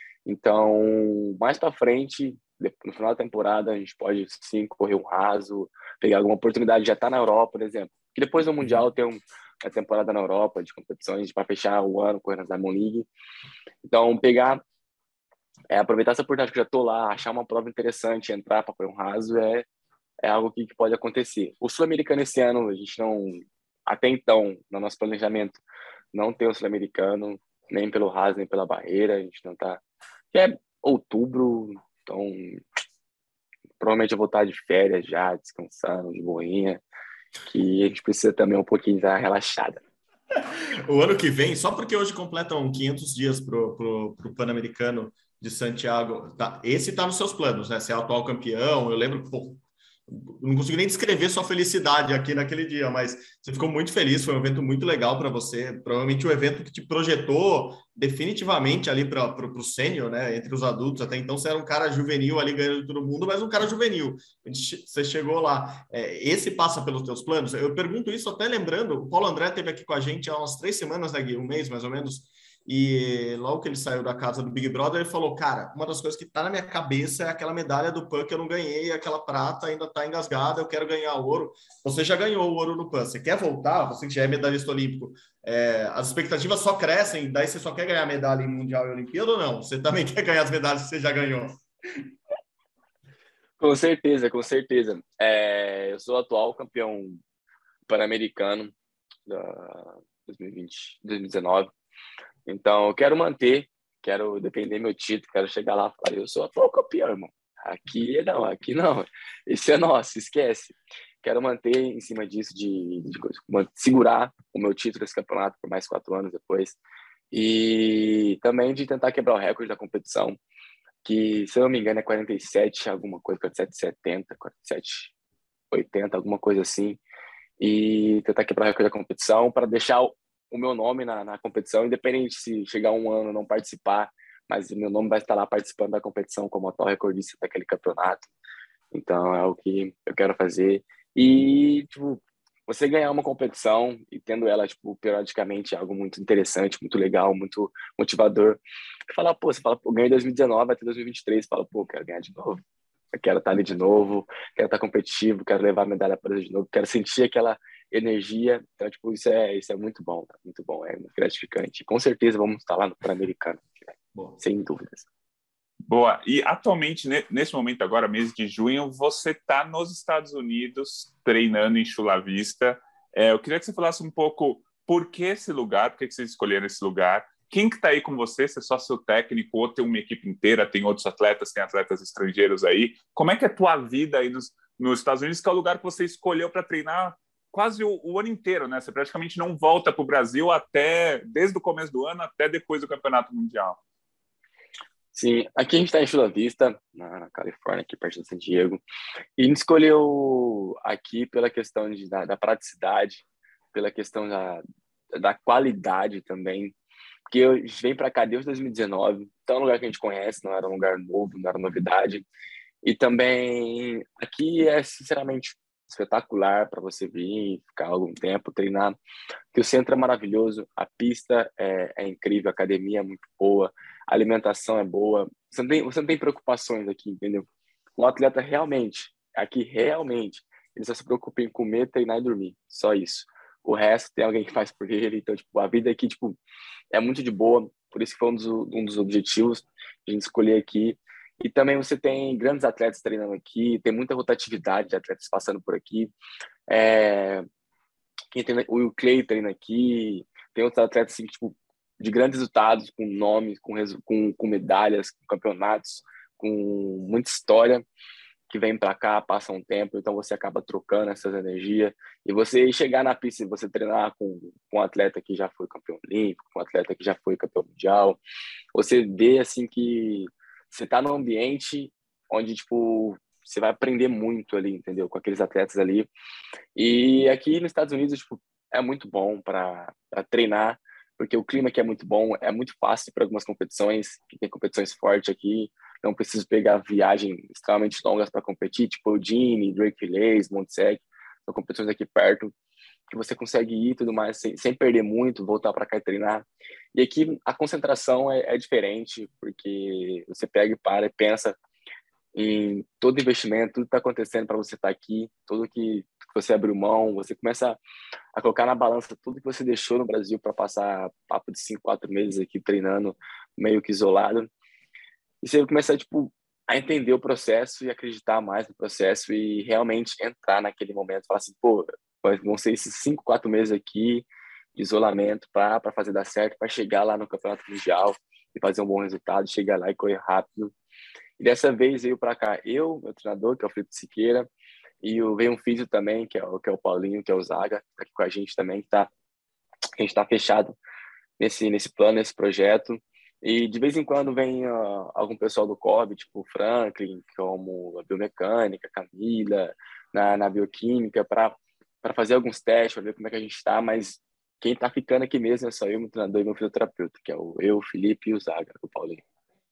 Então, mais para frente, no final da temporada, a gente pode sim correr um raso, pegar alguma oportunidade, já tá na Europa, por exemplo. Que depois do Mundial tem um, uma temporada na Europa de competições para fechar o ano correndo na Diamond League. Então, pegar, é, aproveitar essa oportunidade que eu já tô lá, achar uma prova interessante, entrar para correr um raso, é, é algo que, que pode acontecer. O Sul-Americano esse ano, a gente não, até então, no nosso planejamento, não tem o Sul-Americano, nem pelo raso, nem pela barreira, a gente não tá... Que é outubro, então provavelmente eu vou estar de férias já, descansando, de boinha, que a gente precisa também um pouquinho dar relaxada. O ano que vem, só porque hoje completam quinhentos dias pro, pro, pro Pan-Americano de Santiago, tá, esse tá nos seus planos, né? Ser atual campeão, eu lembro, pô, não consigo nem descrever sua felicidade aqui naquele dia, mas você ficou muito feliz, foi um evento muito legal para você, provavelmente o evento que te projetou definitivamente ali para o sênior, né, entre os adultos. Até então você era um cara juvenil ali ganhando todo mundo, mas um cara juvenil, você chegou lá. É, esse passa pelos teus planos? Eu pergunto isso até lembrando, o Paulo André esteve aqui com a gente há umas três semanas, né, Gui? Um mês mais ou menos. E logo que ele saiu da casa do Big Brother, ele falou, cara, uma das coisas que tá na minha cabeça é aquela medalha do Pan que eu não ganhei, aquela prata ainda tá engasgada, eu quero ganhar ouro. Você já ganhou o ouro no Pan, você quer voltar? Você que já é medalhista olímpico, é, as expectativas só crescem, daí você só quer ganhar medalha em Mundial e Olimpíada ou não? Você também quer ganhar as medalhas que você já ganhou? Com certeza, com certeza. É, eu sou o atual campeão pan-americano da dois mil e vinte, dois mil e dezenove. Então, eu quero manter, quero defender meu título, quero chegar lá e falar, eu sou atual campeão, irmão. Aqui não, aqui não. Esse é nosso, esquece. Quero manter em cima disso, de, de, de segurar o meu título desse campeonato por mais quatro anos depois. E também de tentar quebrar o recorde da competição, que, se eu não me engano, é quarenta e sete, alguma coisa, quarenta e sete setenta, quarenta e sete oitenta, alguma coisa assim. E tentar quebrar o recorde da competição para deixar o o meu nome na, na competição, independente se chegar um ano não participar, mas o meu nome vai estar lá participando da competição como atual recordista daquele campeonato. Então, é o que eu quero fazer. E, tipo, você ganhar uma competição e tendo ela, tipo, periodicamente, é algo muito interessante, muito legal, muito motivador. Você fala, pô, você fala, pô, ganhei em dois mil e dezenove, até dois mil e vinte e três, fala, pô, quero ganhar de novo. Eu quero estar ali de novo, quero estar competitivo, quero levar a medalha presa de novo, quero sentir aquela energia. Então, tipo, isso é, isso é muito bom, tá? Muito bom, é muito gratificante. Com certeza vamos estar lá no Pan-Americano, sem dúvidas. Boa. E atualmente, nesse momento agora, mês de junho, você está nos Estados Unidos treinando em Chula Vista. É, eu queria que você falasse um pouco por que esse lugar, por que vocês escolheram esse lugar, quem que está aí com você, se é só seu técnico ou tem uma equipe inteira, tem outros atletas, tem atletas estrangeiros aí. Como é que é a tua vida aí nos, nos Estados Unidos, que é o lugar que você escolheu para treinar quase o, o ano inteiro, né? Você praticamente não volta para o Brasil até, desde o começo do ano até depois do Campeonato Mundial. Sim, aqui a gente está em Chula Vista, na, na Califórnia, aqui perto de San Diego, e a gente escolheu aqui pela questão de, da, da praticidade, pela questão da, da qualidade também, porque a gente vem para cá desde dois mil e dezenove, então é um lugar que a gente conhece, não era um lugar novo, não era novidade, e também aqui é sinceramente espetacular para você vir, ficar algum tempo, treinar, porque o centro é maravilhoso, a pista é, é incrível, a academia é muito boa, a alimentação é boa, você não tem, você não tem preocupações aqui, entendeu? O atleta realmente, aqui realmente, ele só se preocupa em comer, treinar e dormir, só isso. O resto tem alguém que faz por ele, então, tipo, a vida aqui, tipo, é muito de boa, por isso que foi um dos, um dos objetivos de a gente escolher aqui. E também você tem grandes atletas treinando aqui, tem muita rotatividade de atletas passando por aqui. É, quem treina, o Clay treina aqui, tem outros atletas assim, tipo, de grandes resultados, com nomes, com, com, com medalhas, com campeonatos, com muita história, que vem para cá, passa um tempo, então você acaba trocando essas energias. E você chegar na pista e você treinar com, com um atleta que já foi campeão olímpico, com um atleta que já foi campeão mundial, você vê assim que você está num ambiente onde, tipo, você vai aprender muito ali, entendeu? Com aqueles atletas ali. E aqui nos Estados Unidos, tipo, é muito bom para treinar, porque o clima aqui é muito bom, é muito fácil para algumas competições, que tem competições fortes aqui, não preciso pegar viagens extremamente longas para competir, tipo o Gini, Drake Fillets, Montsec, são competições aqui perto, que você consegue ir e tudo mais, sem, sem perder muito, voltar para cá e treinar. E aqui a concentração é, é diferente, porque você pega e para e pensa em todo investimento, tudo que está acontecendo para você estar tá aqui, tudo que você abriu mão, você começa a colocar na balança tudo que você deixou no Brasil para passar papo de cinco, quatro meses aqui treinando, meio que isolado. E você começa tipo, a entender o processo e acreditar mais no processo e realmente entrar naquele momento, falar assim, pô, vão ser esses cinco, quatro meses aqui de isolamento para fazer dar certo, para chegar lá no Campeonato Mundial e fazer um bom resultado, chegar lá e correr rápido. E dessa vez veio para cá eu, meu treinador, que é o Felipe Siqueira, e veio um físio também, que é, o, que é o Paulinho, que é o Zaga, tá aqui com a gente também, que tá, a gente está fechado nesse, nesse plano, nesse projeto. E de vez em quando vem uh, algum pessoal do C O B, tipo o Franklin, como a biomecânica, Camila, na, na bioquímica, para fazer alguns testes, para ver como é que a gente está, mas quem está ficando aqui mesmo é só eu, meu treinador e meu fisioterapeuta, que é o, eu, o Felipe e o Zaga, o Paulinho.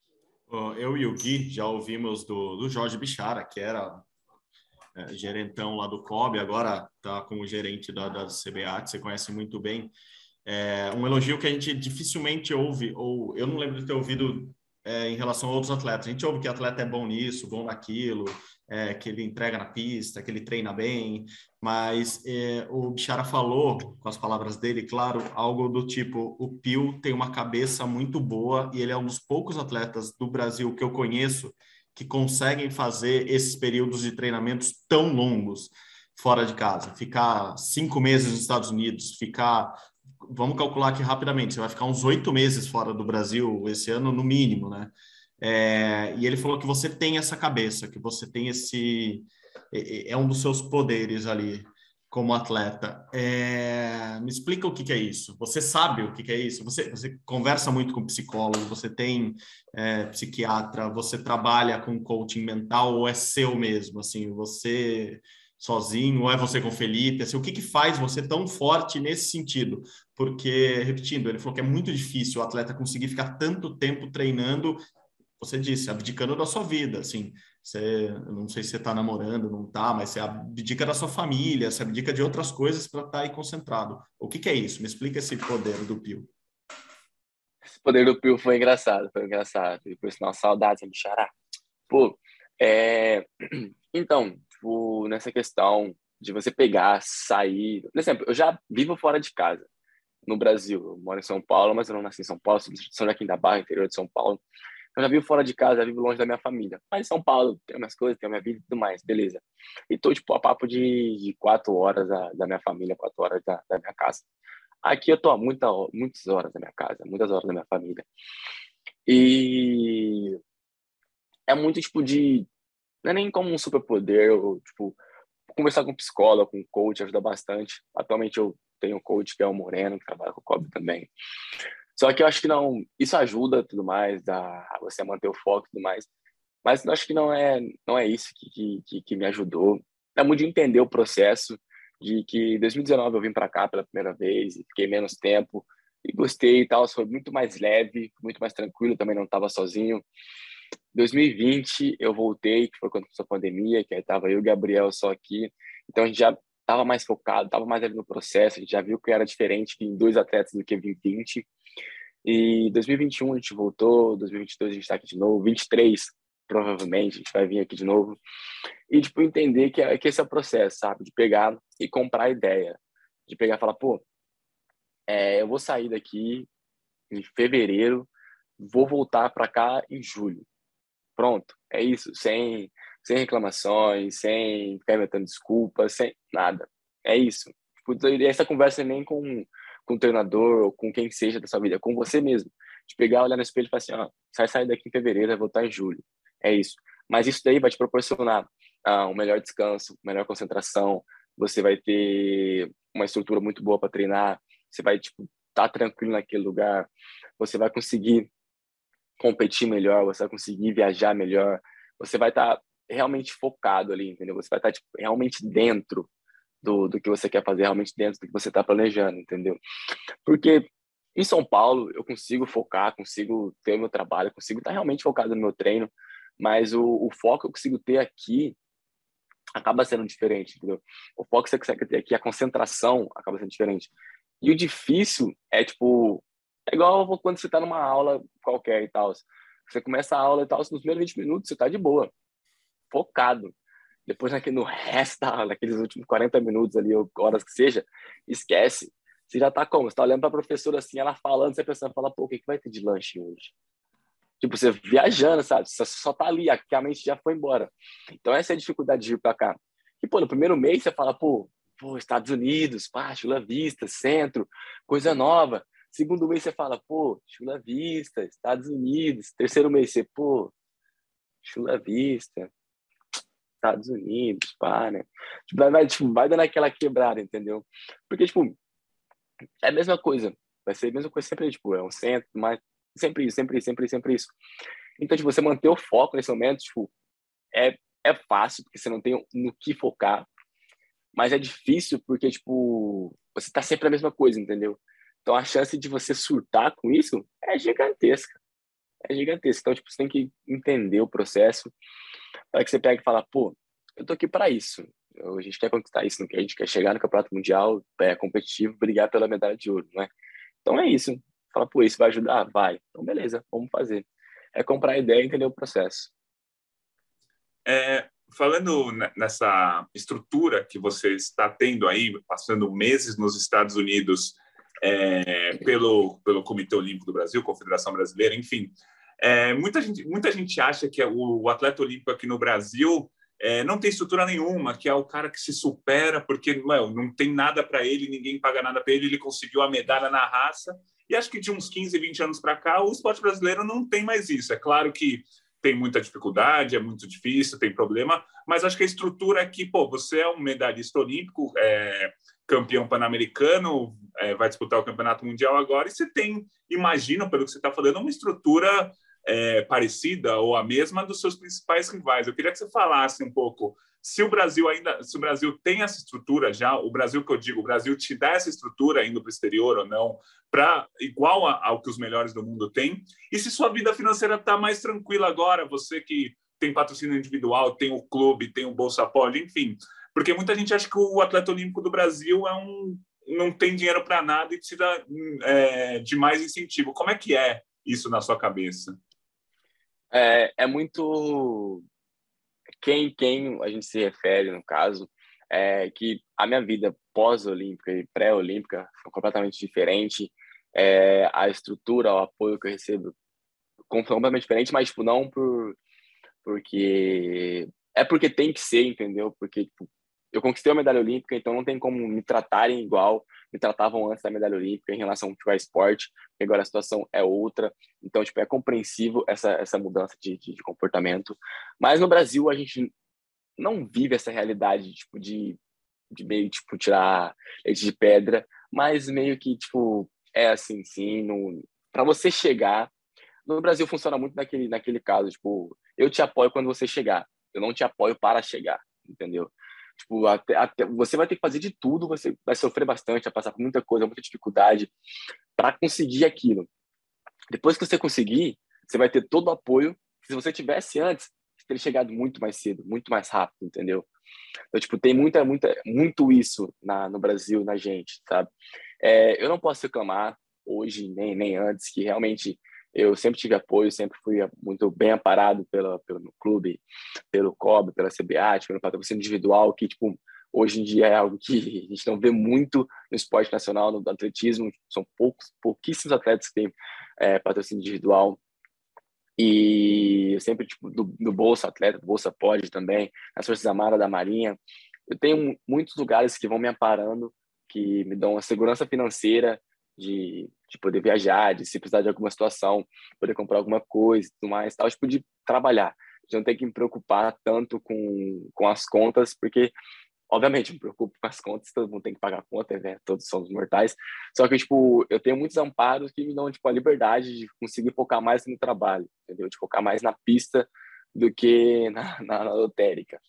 Eu e o Gui já ouvimos do, do Jorge Bichara, que era é, gerentão lá do C O B, agora está como gerente da, da C B A, que você conhece muito bem. É um elogio que a gente dificilmente ouve, ou eu não lembro de ter ouvido é, em relação a outros atletas. A gente ouve que o atleta é bom nisso, bom naquilo, é, que ele entrega na pista, que ele treina bem, mas é, o Bichara falou, com as palavras dele, claro, algo do tipo, o Pio tem uma cabeça muito boa e ele é um dos poucos atletas do Brasil que eu conheço que conseguem fazer esses períodos de treinamentos tão longos fora de casa. Ficar cinco meses nos Estados Unidos, ficar... Vamos calcular aqui rapidamente, você vai ficar uns oito meses fora do Brasil esse ano, no mínimo, né? É, e ele falou que você tem essa cabeça, que você tem esse... É, é um dos seus poderes ali como atleta. É, me explica o que, que é isso. Você sabe o que, que é isso? Você, você conversa muito com psicólogo, você tem é, psiquiatra, você trabalha com coaching mental ou é seu mesmo? Assim, você... sozinho, ou é você com o Felipe? Assim, o que, que faz você tão forte nesse sentido? Porque, repetindo, ele falou que é muito difícil o atleta conseguir ficar tanto tempo treinando, você disse, abdicando da sua vida, assim, você, eu não sei se você está namorando, não está, mas você abdica da sua família, você abdica de outras coisas para estar aí concentrado. O que, que é isso? Me explica esse poder do Pio. Esse poder do Pio foi engraçado, foi engraçado. E por sinal, saudades, Bichará. Pô, é... Então, tipo, nessa questão de você pegar, sair... Por exemplo, eu já vivo fora de casa, no Brasil. Eu moro em São Paulo, mas eu não nasci em São Paulo, sou de São Joaquim da Barra, interior de São Paulo. Eu já vivo fora de casa, já vivo longe da minha família. Mas em São Paulo, tenho minhas coisas, tenho minha vida e tudo mais, beleza. E tô, tipo, a papo de, de quatro horas da, da minha família, quatro horas da, da minha casa. Aqui eu tô a muita, muitas horas da minha casa, muitas horas da minha família. E é muito, tipo, de... Não é nem como um superpoder, ou, tipo, conversar com um psicólogo, com um coach, ajuda bastante. Atualmente eu tenho um coach que é o Moreno, que trabalha com o C O B também. Só que eu acho que não... Isso ajuda tudo mais, dá você a manter o foco e tudo mais. Mas eu acho que não é, não é isso que, que, que me ajudou. É muito de entender o processo, de que em dois mil e dezenove eu vim para cá pela primeira vez e fiquei menos tempo e gostei e tal, foi muito mais leve, muito mais tranquilo, também não estava sozinho. dois mil e vinte eu voltei, que foi quando começou a pandemia, que aí estava eu e o Gabriel só aqui, então a gente já estava mais focado, estava mais ali no processo, a gente já viu que era diferente em dois atletas do que em vinte. E dois mil e vinte e um a gente voltou, dois mil e vinte e dois a gente está aqui de novo, vinte e três provavelmente a gente vai vir aqui de novo. E, tipo, entender que, é, que esse é o processo, sabe? De pegar e comprar a ideia. De pegar e falar, pô, é, eu vou sair daqui em fevereiro, vou voltar para cá em julho. Pronto, é isso, sem, sem reclamações, sem ficar inventando desculpas, sem nada. É isso. Tipo, e essa conversa nem com, com o treinador ou com quem seja da sua vida, é com você mesmo. De pegar, olhar no espelho e falar assim, ó, sai sair daqui em fevereiro, vai voltar em julho. É isso. Mas isso daí vai te proporcionar ah, um melhor descanso, melhor concentração, você vai ter uma estrutura muito boa para treinar, você vai, tipo, tá tranquilo naquele lugar, você vai conseguir competir melhor, você vai conseguir viajar melhor, você vai estar tá realmente focado ali, entendeu? Você vai estar tá, tipo, realmente dentro do, do que você quer fazer, realmente dentro do que você está planejando, entendeu? Porque em São Paulo eu consigo focar, consigo ter o meu trabalho, consigo estar tá realmente focado no meu treino, mas o, o foco que eu consigo ter aqui acaba sendo diferente, entendeu? O foco que você consegue ter aqui, a concentração acaba sendo diferente. E o difícil é, tipo, é igual quando você tá numa aula qualquer e tal. Você começa a aula e tal, nos primeiros vinte minutos você tá de boa, focado. Depois, naquele, no resto da aula, naqueles últimos quarenta minutos ali, ou horas que seja, esquece. Você já tá como? Você tá olhando pra professora assim, ela falando, você pensando, fala, pô, o que, que vai ter de lanche hoje? Tipo, você viajando, sabe? Você só tá ali, a mente já foi embora. Então, essa é a dificuldade de vir pra cá. E, pô, no primeiro mês você fala, pô, pô, Estados Unidos, pá, Chula Vista, centro, coisa nova. Segundo mês você fala, pô, Chula Vista, Estados Unidos. Terceiro mês você, pô, Chula Vista, Estados Unidos, pá, né? Tipo, vai, tipo, vai dando aquela quebrada, entendeu? Porque, tipo, é a mesma coisa. Vai ser a mesma coisa sempre, tipo, é um centro, mas sempre isso, sempre isso, sempre isso, sempre isso. Então, tipo, você manter o foco nesse momento, tipo, é, é fácil, porque você não tem no que focar, mas é difícil porque, tipo, você tá sempre a mesma coisa, entendeu? Então, a chance de você surtar com isso é gigantesca. É gigantesca. Então, tipo, você tem que entender o processo para que você pegue e fala, pô, eu tô aqui para isso. A gente quer conquistar isso, a gente quer chegar no campeonato mundial, é competitivo, brigar pela medalha de ouro, né? Então, é isso. Fala, pô, isso vai ajudar? Vai. Então, beleza, vamos fazer. É comprar a ideia e entender o processo. É, falando nessa estrutura que você está tendo aí, passando meses nos Estados Unidos é, pelo, pelo Comitê Olímpico do Brasil, Confederação Brasileira, enfim, é, muita, gente, muita gente acha que o, o atleta olímpico aqui no Brasil é, não tem estrutura nenhuma, que é o cara que se supera porque não, não tem nada para ele, ninguém paga nada para ele, ele conseguiu a medalha na raça. E acho que de uns quinze, vinte anos para cá, o esporte brasileiro não tem mais isso. É claro que tem muita dificuldade, é muito difícil, tem problema, mas acho que a estrutura aqui, pô, você é um medalhista olímpico, é, campeão pan-americano, é, vai disputar o campeonato mundial agora, e você tem, imagino, pelo que você está falando, uma estrutura é, parecida ou a mesma dos seus principais rivais. Eu queria que você falasse um pouco se o Brasil ainda, se o Brasil tem essa estrutura já, o Brasil que eu digo, o Brasil te dá essa estrutura indo para o exterior ou não, para igual a, ao que os melhores do mundo têm, e se sua vida financeira está mais tranquila agora, você que tem patrocínio individual, tem o clube, tem o Bolsa Pode, enfim, porque muita gente acha que o atleta olímpico do Brasil é um, não tem dinheiro para nada e precisa é, de mais incentivo. Como é que é isso na sua cabeça? É, é muito... Quem, quem a gente se refere, no caso, é que a minha vida pós-olímpica e pré-olímpica foi completamente diferente. É, a estrutura, o apoio que eu recebo completamente diferente, mas tipo, não por, porque... É porque tem que ser, entendeu? Porque tipo, eu conquistei a medalha olímpica, então não tem como me tratarem igual me tratavam antes da medalha olímpica em relação ao esporte, porque agora a situação é outra. Então, tipo, é compreensível essa, essa mudança de, de, de comportamento. Mas no Brasil, a gente não vive essa realidade, tipo, de, de meio, tipo, tirar leite de pedra, mas meio que, tipo, é assim, sim, para você chegar... No Brasil funciona muito naquele, naquele caso, tipo, eu te apoio quando você chegar, eu não te apoio para chegar, entendeu? Tipo, até, até, você vai ter que fazer de tudo, você vai sofrer bastante, vai passar por muita coisa, muita dificuldade para conseguir aquilo. Depois que você conseguir, você vai ter todo o apoio. Se você tivesse antes, você teria chegado muito mais cedo, muito mais rápido, entendeu? Então, tipo, tem muita, muita, muito isso na, no Brasil, na gente, sabe? É, eu não posso reclamar hoje, nem, nem antes, que realmente eu sempre tive apoio, sempre fui muito bem amparado pela, pelo meu clube, pelo C O B, pela C B A T, pelo patrocínio individual, que, tipo, hoje em dia é algo que a gente não vê muito no esporte nacional, no atletismo. São poucos, pouquíssimos atletas que têm é, patrocínio individual. E eu sempre, tipo, do, do Bolsa Atleta, do Bolsa Pode também, as Forças Armadas da Marinha. Eu tenho muitos lugares que vão me amparando, que me dão uma segurança financeira de, de poder viajar, de se precisar de alguma situação, poder comprar alguma coisa e tudo mais, tal, tipo, de trabalhar. De não ter que me preocupar tanto com, com as contas, porque, obviamente, me preocupo com as contas, todo mundo tem que pagar conta, né? Todos somos mortais. Só que, tipo, eu tenho muitos amparos que me dão, tipo, a liberdade de conseguir focar mais no trabalho, entendeu? De focar mais na pista do que na, na, na lotérica.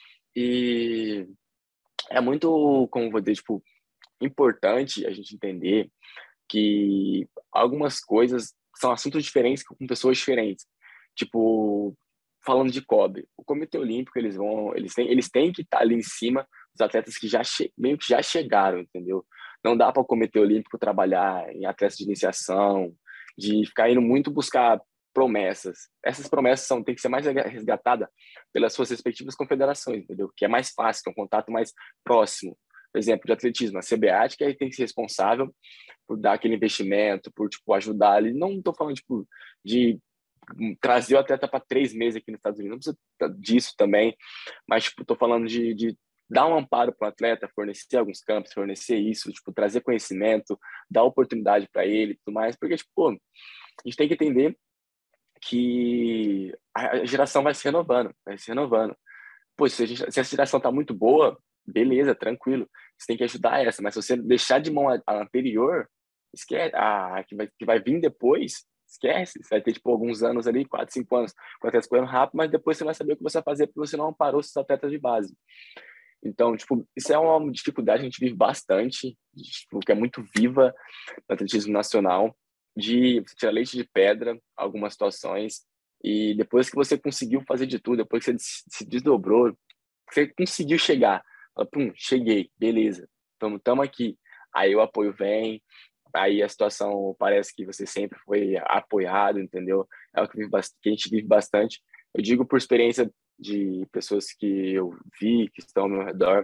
E é muito, como vou dizer, tipo, importante a gente entender que algumas coisas são assuntos diferentes com pessoas diferentes. Tipo, falando de cobre, o Comitê Olímpico, eles vão, eles têm, eles têm que estar ali em cima dos atletas que já che, meio que já chegaram, entendeu? Não dá para o Comitê Olímpico trabalhar em atletas de iniciação, de ficar indo muito buscar promessas. Essas promessas são, tem que ser mais resgatadas pelas suas respectivas confederações, entendeu? Que é mais fácil, que é um contato mais próximo. Por exemplo, de atletismo, a C B A T, que aí tem que ser responsável por dar aquele investimento, por, tipo, ajudar ali. Não estou falando, tipo, de trazer o atleta para três meses aqui nos Estados Unidos, não precisa disso também, mas, tipo, estou falando de, de dar um amparo para o atleta, fornecer alguns campos, fornecer isso, tipo, trazer conhecimento, dar oportunidade para ele e tudo mais, porque, tipo, pô, a gente tem que entender que a geração vai se renovando, vai se renovando. Pô, se, a gente, se essa geração tá muito boa, beleza, tranquilo, você tem que ajudar essa, mas se você deixar de mão a, a anterior, esquece, a que vai, que vai vir depois, esquece, você vai ter, tipo, alguns anos ali, quatro, cinco anos, com atletas correndo rápido, mas depois você vai saber o que você vai fazer porque você não amparou seus atletas de base. Então, tipo, isso é uma dificuldade que a gente vive bastante, tipo, que é muito viva no atletismo nacional, de tirar leite de pedra, algumas situações, e depois que você conseguiu fazer de tudo, depois que você se desdobrou, você conseguiu chegar, fala, pum, cheguei, beleza, estamos aqui, aí o apoio vem, aí a situação parece que você sempre foi apoiado, entendeu? É o que, vive, que a gente vive bastante. Eu digo por experiência de pessoas que eu vi, que estão ao meu redor,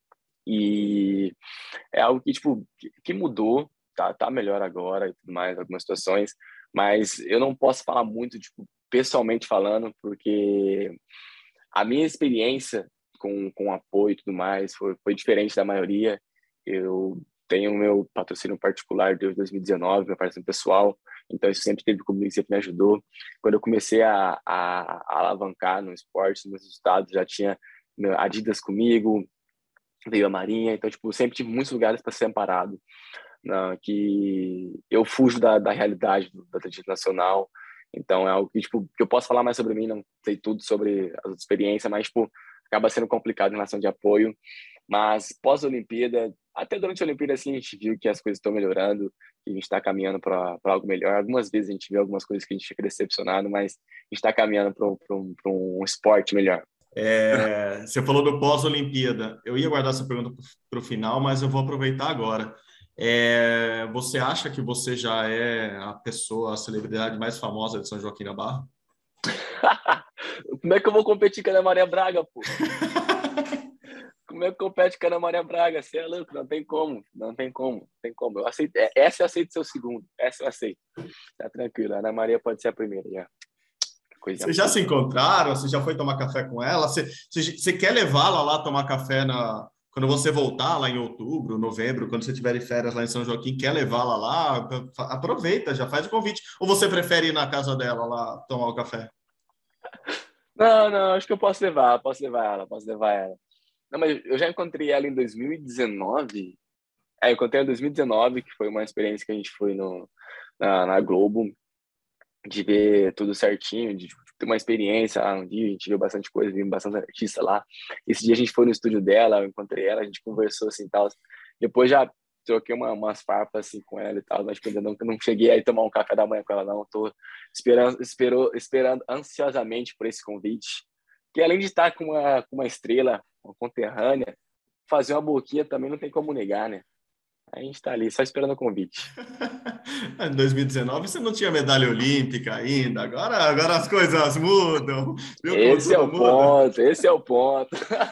e é algo que, tipo, que, que mudou, tá, tá melhor agora e tudo mais, algumas situações, mas eu não posso falar muito, tipo, pessoalmente falando, porque a minha experiência com, com apoio e tudo mais foi, foi diferente da maioria. Eu tenho o meu patrocínio particular desde dois mil e dezenove, meu patrocínio pessoal, então isso sempre esteve comigo, sempre me ajudou. Quando eu comecei a, a, a alavancar no esporte, nos resultados, já tinha Adidas comigo, veio a Marinha, então, tipo, sempre tive muitos lugares para ser amparado, né, que eu fujo da, da realidade do, do atletismo nacional, então é algo que, tipo, que eu posso falar mais sobre mim, não sei tudo sobre a experiência, mas, tipo, acaba sendo complicado em relação de apoio. Mas pós-Olimpíada, até durante a Olimpíada, assim, a gente viu que as coisas estão melhorando, que a gente está caminhando para algo melhor. Algumas vezes a gente viu algumas coisas que a gente fica decepcionado, mas a gente está caminhando para um, um esporte melhor. É, você falou do pós-Olimpíada. Eu ia guardar essa pergunta para o final, mas eu vou aproveitar agora. É, você acha que você já é a pessoa, a celebridade mais famosa de São Joaquim da Barra? Como é que eu vou competir com a Ana Maria Braga, pô? Como é que compete com a Ana Maria Braga? Você é louco, não tem como, não tem como, não tem como. Eu aceito, essa eu aceito ser o segundo, essa eu aceito. Tá tranquilo, a Ana Maria pode ser a primeira já. Coisa Vocês já se encontraram? Você já foi tomar café com ela? Você, você, você quer levá-la lá tomar café na, quando você voltar lá em outubro, novembro, quando você tiver de férias lá em São Joaquim, quer levá-la lá? Aproveita, já faz o convite. Ou você prefere ir na casa dela lá tomar o café? Não, não, acho que eu posso levar, posso levar ela, posso levar ela. Não, mas eu já encontrei ela em dois mil e dezenove. É, eu encontrei ela em dois mil e dezenove, que foi uma experiência que a gente foi no, na, na Globo, de ver tudo certinho, de tipo, ter uma experiência lá um dia, a gente viu bastante coisa, viu bastante artista lá. Esse dia a gente foi no estúdio dela, eu encontrei ela, a gente conversou assim e tal. Depois já troquei uma, umas farpas assim com ela e tal, mas ainda não, não cheguei aí tomar um café da manhã com ela, não. Tô esperando, esperou, esperando ansiosamente por esse convite. Que além de estar com uma, com uma estrela, uma conterrânea, fazer uma boquinha também não tem como negar, né? A gente tá ali, só esperando o convite. Em dois mil e dezenove você não tinha medalha olímpica ainda, agora, agora as coisas mudam. Viu como Esse é tudo o muda? ponto, esse é o ponto.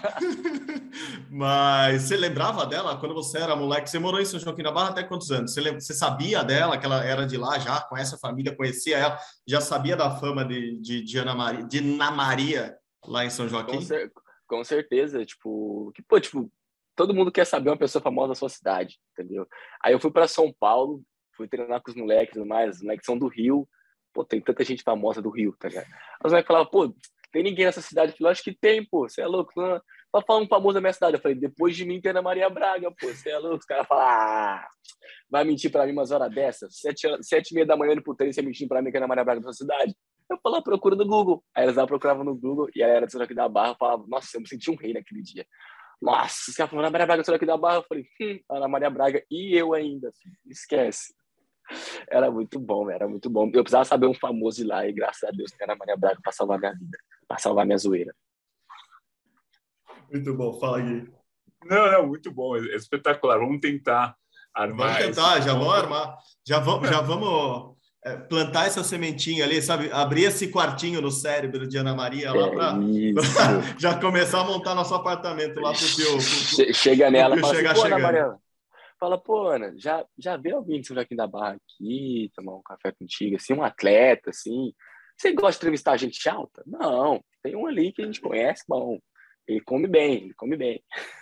Mas você lembrava dela quando você era moleque? Você morou em São Joaquim da Barra até quantos anos? Você, lembra, você sabia dela, que ela era de lá já, com essa família, conhecia ela, já sabia da fama de, de, de Ana Maria, de Ana Maria lá em São Joaquim? Com, cer com certeza, tipo, que, pô, tipo, todo mundo quer saber uma pessoa famosa da sua cidade, entendeu? Aí eu fui para São Paulo, fui treinar com os moleques e tudo mais, os moleques são do Rio, pô, tem tanta gente famosa do Rio, tá ligado? Os moleques falavam, pô, tem ninguém nessa cidade? Eu falei, acho que tem, pô, você é louco, não. Só fala um famoso da minha cidade. Eu falei, depois de mim tem Ana Maria Braga, pô, você é louco. Os caras falam, ah, vai mentir pra mim umas horas dessas? Sete, sete e meia da manhã indo pro treino, você mentindo pra mim que é Ana Maria Braga da sua cidade? Eu falava, procura no Google. Aí eles lá procuravam no Google e a galera do São Joaquim da Barra, eu falava, nossa, eu me senti um rei naquele dia. Nossa, os caras falaram, Ana Maria Braga do São Joaquim da Barra. Eu falei, hum, Ana Maria Braga e eu ainda, filho, esquece. Era muito bom, era muito bom. Eu precisava saber um famoso de lá e graças a Deus tem Ana Maria Braga pra salvar minha vida, pra salvar minha zoeira. Muito bom, fala aí. Não, não, muito bom, é espetacular. Vamos tentar armar. Vamos tentar, esse... já vamos armar. Já vamos, já vamos é, plantar essa sementinha ali, sabe? Abrir esse quartinho no cérebro de Ana Maria lá para já começar a montar nosso apartamento lá pro Pio. Che chega nela e fala assim, pô, chegando. Ana Maria, fala, pô, Ana, já, já vê alguém de São Joaquim da Barra aqui, tomar um café contigo, assim, um atleta, assim. Você gosta de entrevistar gente alta? Não, tem um ali que a gente conhece, bom. Ele come bem, ele come bem.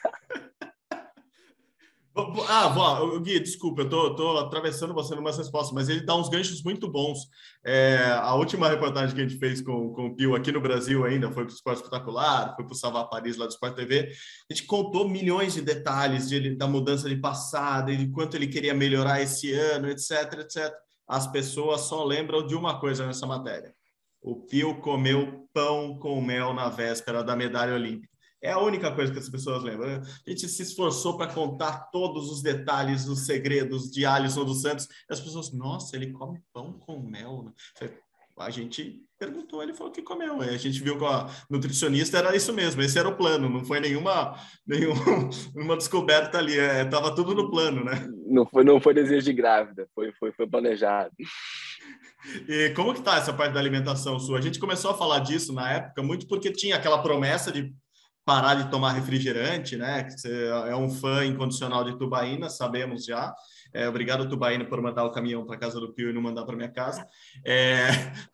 Ah, vó, Gui, desculpa, eu tô, tô atravessando você numas respostas, mas ele dá uns ganchos muito bons. É, a última reportagem que a gente fez com, com o Pio aqui no Brasil ainda foi para o Esporte Espetacular, foi para o Salvar Paris lá do Sport T V. A gente contou milhões de detalhes de, da mudança de passada, de quanto ele queria melhorar esse ano, etc, etcétera. As pessoas só lembram de uma coisa nessa matéria. O Pio comeu pão com mel na véspera da medalha olímpica. É a única coisa que as pessoas lembram. A gente se esforçou para contar todos os detalhes, os segredos de Alisson dos Santos. E as pessoas, nossa, ele come pão com mel. A gente perguntou, ele falou que comeu. A gente viu com a nutricionista, era isso mesmo. Esse era o plano, não foi nenhuma, nenhuma descoberta ali. Estava é, tudo no plano, né? Não foi, não foi desejo de grávida, foi, foi, foi planejado. E como que está essa parte da alimentação sua? A gente começou a falar disso na época, muito porque tinha aquela promessa de parar de tomar refrigerante, né? Você é um fã incondicional de tubaína, sabemos já. É, obrigado, Tubaína, por mandar o caminhão para casa do Pio e não mandar para minha casa. É...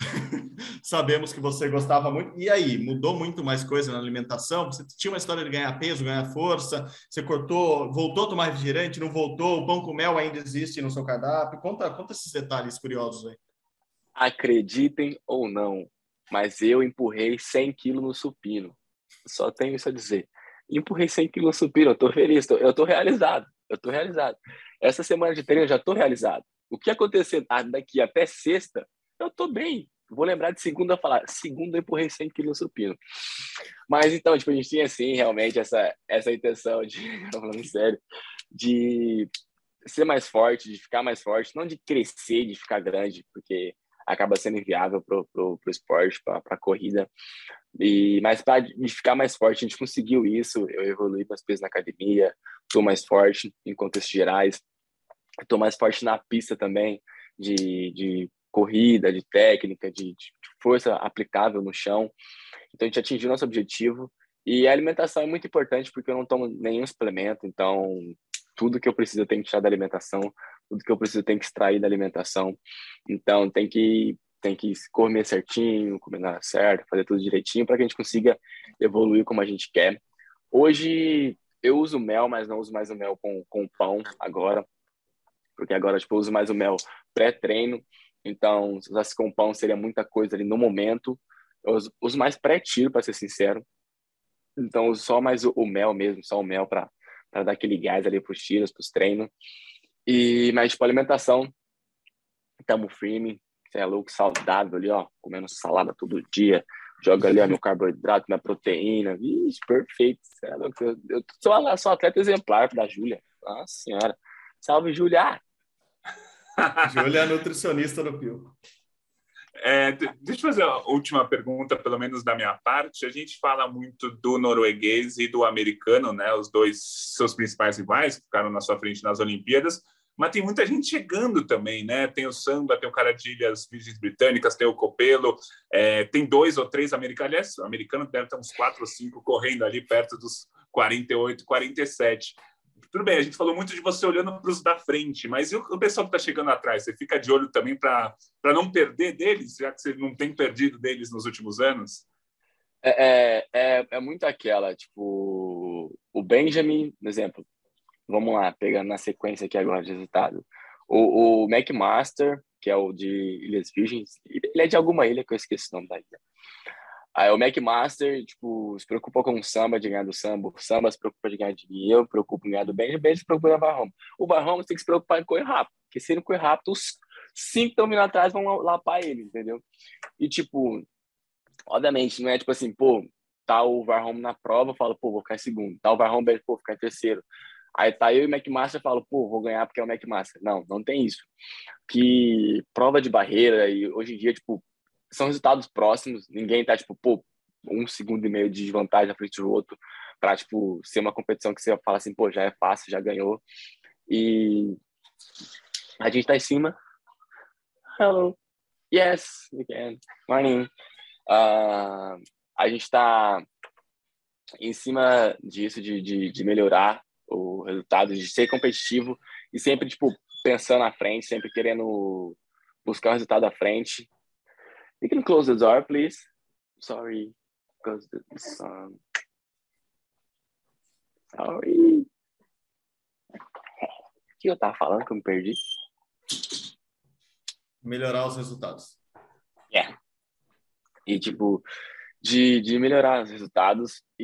sabemos que você gostava muito. E aí, mudou muito mais coisa na alimentação? Você tinha uma história de ganhar peso, ganhar força? Você cortou, voltou a tomar refrigerante, não voltou? O pão com mel ainda existe no seu cardápio? Conta, conta esses detalhes curiosos aí. Acreditem ou não, mas eu empurrei cem quilos no supino. Só tenho isso a dizer. Empurrei cem quilos no supino, eu tô feliz, tô, eu tô realizado, eu tô realizado. Essa semana de treino eu já tô realizado. O que acontecer daqui até sexta, eu tô bem. Vou lembrar de segunda falar, segunda eu empurrei cem quilos no supino. Mas então, tipo, a gente tinha assim, realmente, essa, essa intenção de, falando sério, de ser mais forte, de ficar mais forte, não de crescer, de ficar grande, porque acaba sendo inviável pro, pro, pro esporte, pra, pra corrida. E, mas para ficar mais forte, a gente conseguiu isso. Eu evoluí meus pesos na academia, estou mais forte em contextos gerais, estou mais forte na pista também, de, de corrida, de técnica, de, de força aplicável no chão. Então a gente atingiu nosso objetivo. E a alimentação é muito importante porque eu não tomo nenhum suplemento, então tudo que eu preciso eu tenho que tirar da alimentação, tudo que eu preciso eu tenho que extrair da alimentação. Então tem que tem que comer certinho, comer na hora certa, fazer tudo direitinho para que a gente consiga evoluir como a gente quer. Hoje eu uso mel, mas não uso mais o mel com, com pão agora, porque agora tipo, eu uso mais o mel pré-treino, então se usasse com pão seria muita coisa ali no momento. Eu uso, uso mais pré-tiro, para ser sincero, então eu uso só mais o, o mel mesmo, só o mel para dar aquele gás ali para os tiros, para os treinos. E, mas tipo, alimentação, estamos firme. Você é louco, saudável ali, ó, comendo salada todo dia, joga ali ó, meu carboidrato, minha proteína, vixe, perfeito, você é louco. Eu, eu sou, uma, sou um atleta exemplar da Júlia, nossa senhora, salve Júlia! Júlia é nutricionista do Pio. É, deixa eu fazer a última pergunta, pelo menos da minha parte. A gente fala muito do norueguês e do americano, né, os dois seus principais rivais que ficaram na sua frente nas Olimpíadas, mas tem muita gente chegando também, né? Tem o Samba, tem o cara de Ilhas Virgens Britânicas, tem o Copelo, é, tem dois ou três americanos, aliás, o americano deve ter uns quatro ou cinco correndo ali perto dos quarenta e oito, quarenta e sete. Tudo bem, a gente falou muito de você olhando para os da frente, mas e o, o pessoal que está chegando atrás? Você fica de olho também para não perder deles, já que você não tem perdido deles nos últimos anos? É, é, é, é muito aquela, tipo, o Benjamin, por exemplo, vamos lá, pegando na sequência aqui agora de resultado. O, o McMaster, que é o de Ilhas Virgens, ele é de alguma ilha que eu esqueci o nome da ilha. Aí o McMaster, tipo, se preocupa com o Samba de ganhar do Samba, o Samba se preocupa de ganhar de mim, eu me preocupo em ganhar do Benjamin, o Benjamin se preocupa em ganhar do Varrome. O Varrome tem que se preocupar em correr rápido, porque se ele não correr rápido, os cinco que estão vindo atrás vão lapar ele, entendeu? E, tipo, obviamente, não é tipo assim, pô, tá o Varrome na prova, eu falo, pô, vou ficar em segundo. Tá o Varrome, pô, vou ficar em terceiro. Aí tá eu e o McMaster, eu falo, pô, vou ganhar porque é o McMaster. Não, não tem isso. Que prova de barreira e hoje em dia, tipo, são resultados próximos, ninguém tá, tipo, pô, um segundo e meio de desvantagem à frente do outro pra, tipo, ser uma competição que você fala assim, pô, já é fácil, já ganhou. E a gente tá em cima. Hello. Yes, we can. Morning. Uh, a gente tá em cima disso, de, de, de melhorar o resultado, de ser competitivo e sempre, tipo, pensando à frente, sempre querendo buscar o resultado à frente. You can close the door, please. Sorry. Close the sun. Sorry. O que eu tava falando que eu me perdi? Melhorar os resultados. Yeah. E, tipo, de, de melhorar os resultados e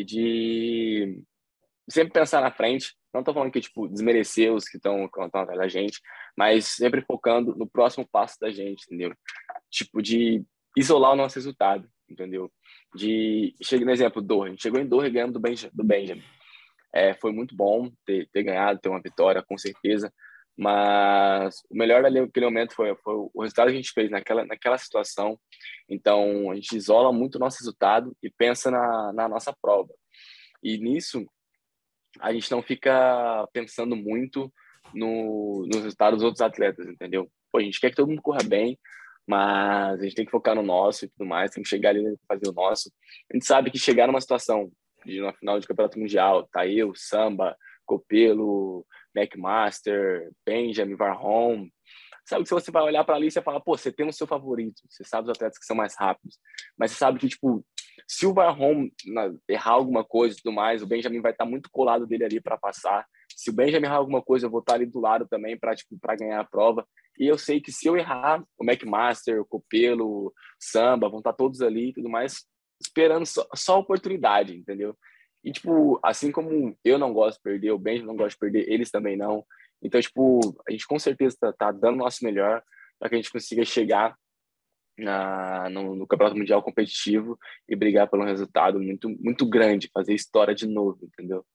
de sempre pensar na frente. Não tô falando que, tipo, desmerecer os que estão atrás da gente, mas sempre focando no próximo passo da gente, entendeu? Tipo, de isolar o nosso resultado, entendeu? De chegar no exemplo do Doha, a gente chegou em Doha e ganhamos do Benjamin. Do Benjamin. É, foi muito bom ter, ter ganhado, ter uma vitória, com certeza. Mas o melhor ali naquele momento foi, foi o resultado que a gente fez naquela, naquela situação. Então, a gente isola muito o nosso resultado e pensa na, na nossa prova. E nisso, a gente não fica pensando muito no, nos resultados dos outros atletas, entendeu? Pô, a gente quer que todo mundo corra bem, mas a gente tem que focar no nosso e tudo mais, tem que chegar ali e fazer o nosso. A gente sabe que chegar numa situação de uma final de campeonato mundial, tá eu, Samba, Copelo, McMaster, Benjamin, Varrome, sabe que se você vai olhar para ali, você fala, pô, você tem o seu favorito, você sabe os atletas que são mais rápidos, mas você sabe que, tipo, se o Varrome errar alguma coisa e tudo mais, o Benjamin vai estar muito colado dele ali para passar. Se o Benjamin errar alguma coisa, eu vou estar ali do lado também para, tipo, para ganhar a prova. E eu sei que se eu errar, o McMaster, o Copelo, o Samba, vão estar todos ali e tudo mais, esperando só, só a oportunidade, entendeu? E, tipo, assim como eu não gosto de perder, o Benjamin não gosta de perder, eles também não. Então, tipo, a gente com certeza tá, tá dando o nosso melhor para que a gente consiga chegar na, no, no Campeonato Mundial competitivo e brigar por um resultado muito, muito grande, fazer história de novo, entendeu?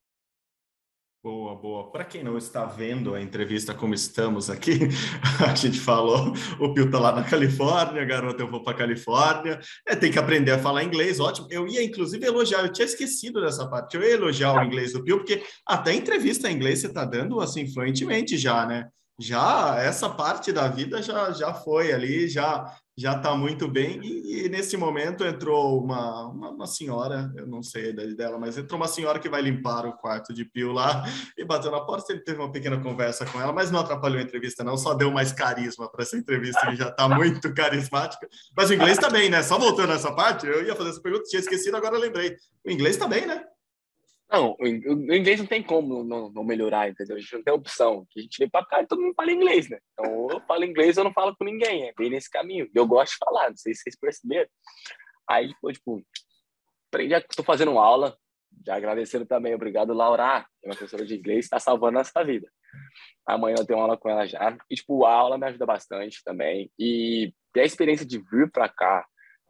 Boa, boa. Para quem não está vendo a entrevista como estamos aqui, a gente falou, o Pio tá lá na Califórnia, garota, eu vou para Califórnia, é, tem que aprender a falar inglês, ótimo. Eu ia, inclusive, elogiar, eu tinha esquecido dessa parte, eu ia elogiar o inglês do Pio, porque até entrevista em inglês você está dando, assim, fluentemente já, né? Já essa parte da vida já, já foi ali, já já está muito bem, e, e nesse momento entrou uma, uma, uma senhora, eu não sei a idade dela, mas entrou uma senhora que vai limpar o quarto de Pio lá, e bateu na porta, ele teve uma pequena conversa com ela, mas não atrapalhou a entrevista não, só deu mais carisma para essa entrevista, que já está muito carismática, mas o inglês está bem, né? Só voltando nessa parte, eu ia fazer essa pergunta, tinha esquecido, agora eu lembrei, o inglês está bem, né? Não, o inglês não tem como não, não melhorar, entendeu? A gente não tem opção. Que a gente vem pra cá e todo mundo fala inglês, né? Então, eu falo inglês, eu não falo com ninguém. É bem nesse caminho. E eu gosto de falar, não sei se vocês perceberam. Aí, pô, tipo, já estou fazendo aula, já agradecendo também. Obrigado, Laura, que é uma professora de inglês, está salvando a nossa vida. Amanhã eu tenho aula com ela já. E, tipo, a aula me ajuda bastante também. E ter a experiência de vir pra cá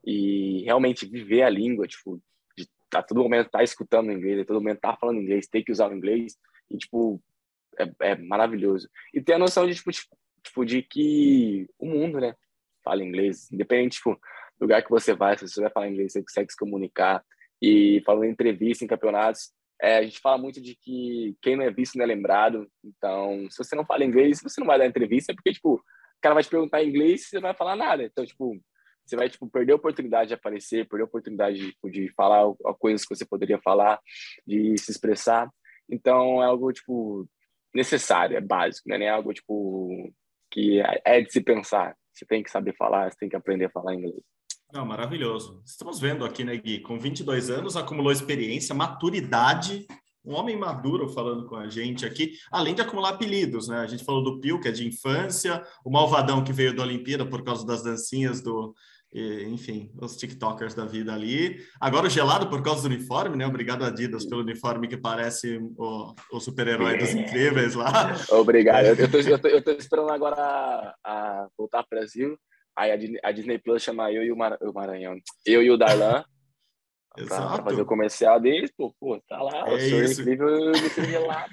e realmente viver a língua, tipo, a todo momento tá escutando inglês, a todo momento tá falando inglês, tem que usar o inglês, e, tipo, é, é maravilhoso. E ter a noção de, tipo, tipo, de que o mundo, né, fala inglês, independente, tipo, do lugar que você vai, se você vai falar inglês, você consegue se comunicar. E falando em entrevista, em campeonatos, É, a gente fala muito de que quem não é visto não é lembrado. Então, se você não fala inglês, você não vai dar entrevista, porque, tipo, o cara vai te perguntar em inglês e você não vai falar nada. Então, tipo, você vai, tipo, perder a oportunidade de aparecer, perder a oportunidade de, tipo, de falar coisas que você poderia falar, de se expressar. Então, é algo, tipo, necessário, é básico, não é nem algo, tipo, que é de se pensar. Você tem que saber falar, você tem que aprender a falar inglês. Não, maravilhoso. Estamos vendo aqui, né, Gui? Com vinte e dois anos, acumulou experiência, maturidade, um homem maduro falando com a gente aqui, além de acumular apelidos, né? A gente falou do Pio, que é de infância, o Malvadão, que veio da Olimpíada por causa das dancinhas do... Enfim, os TikTokers da vida ali. Agora o Gelado por causa do uniforme, né? Obrigado, Adidas, pelo uniforme que parece o, o super-herói dos Incríveis lá. Obrigado. Eu, eu, tô, eu, tô, eu tô esperando agora a, a voltar para o Brasil. Aí a Disney, a Disney Plus chama eu e o, Mar, o Maranhão. Eu e o Darlan. Para fazer o comercial deles. Pô, pô tá lá. É o senhor isso. Incrível desse Gelado.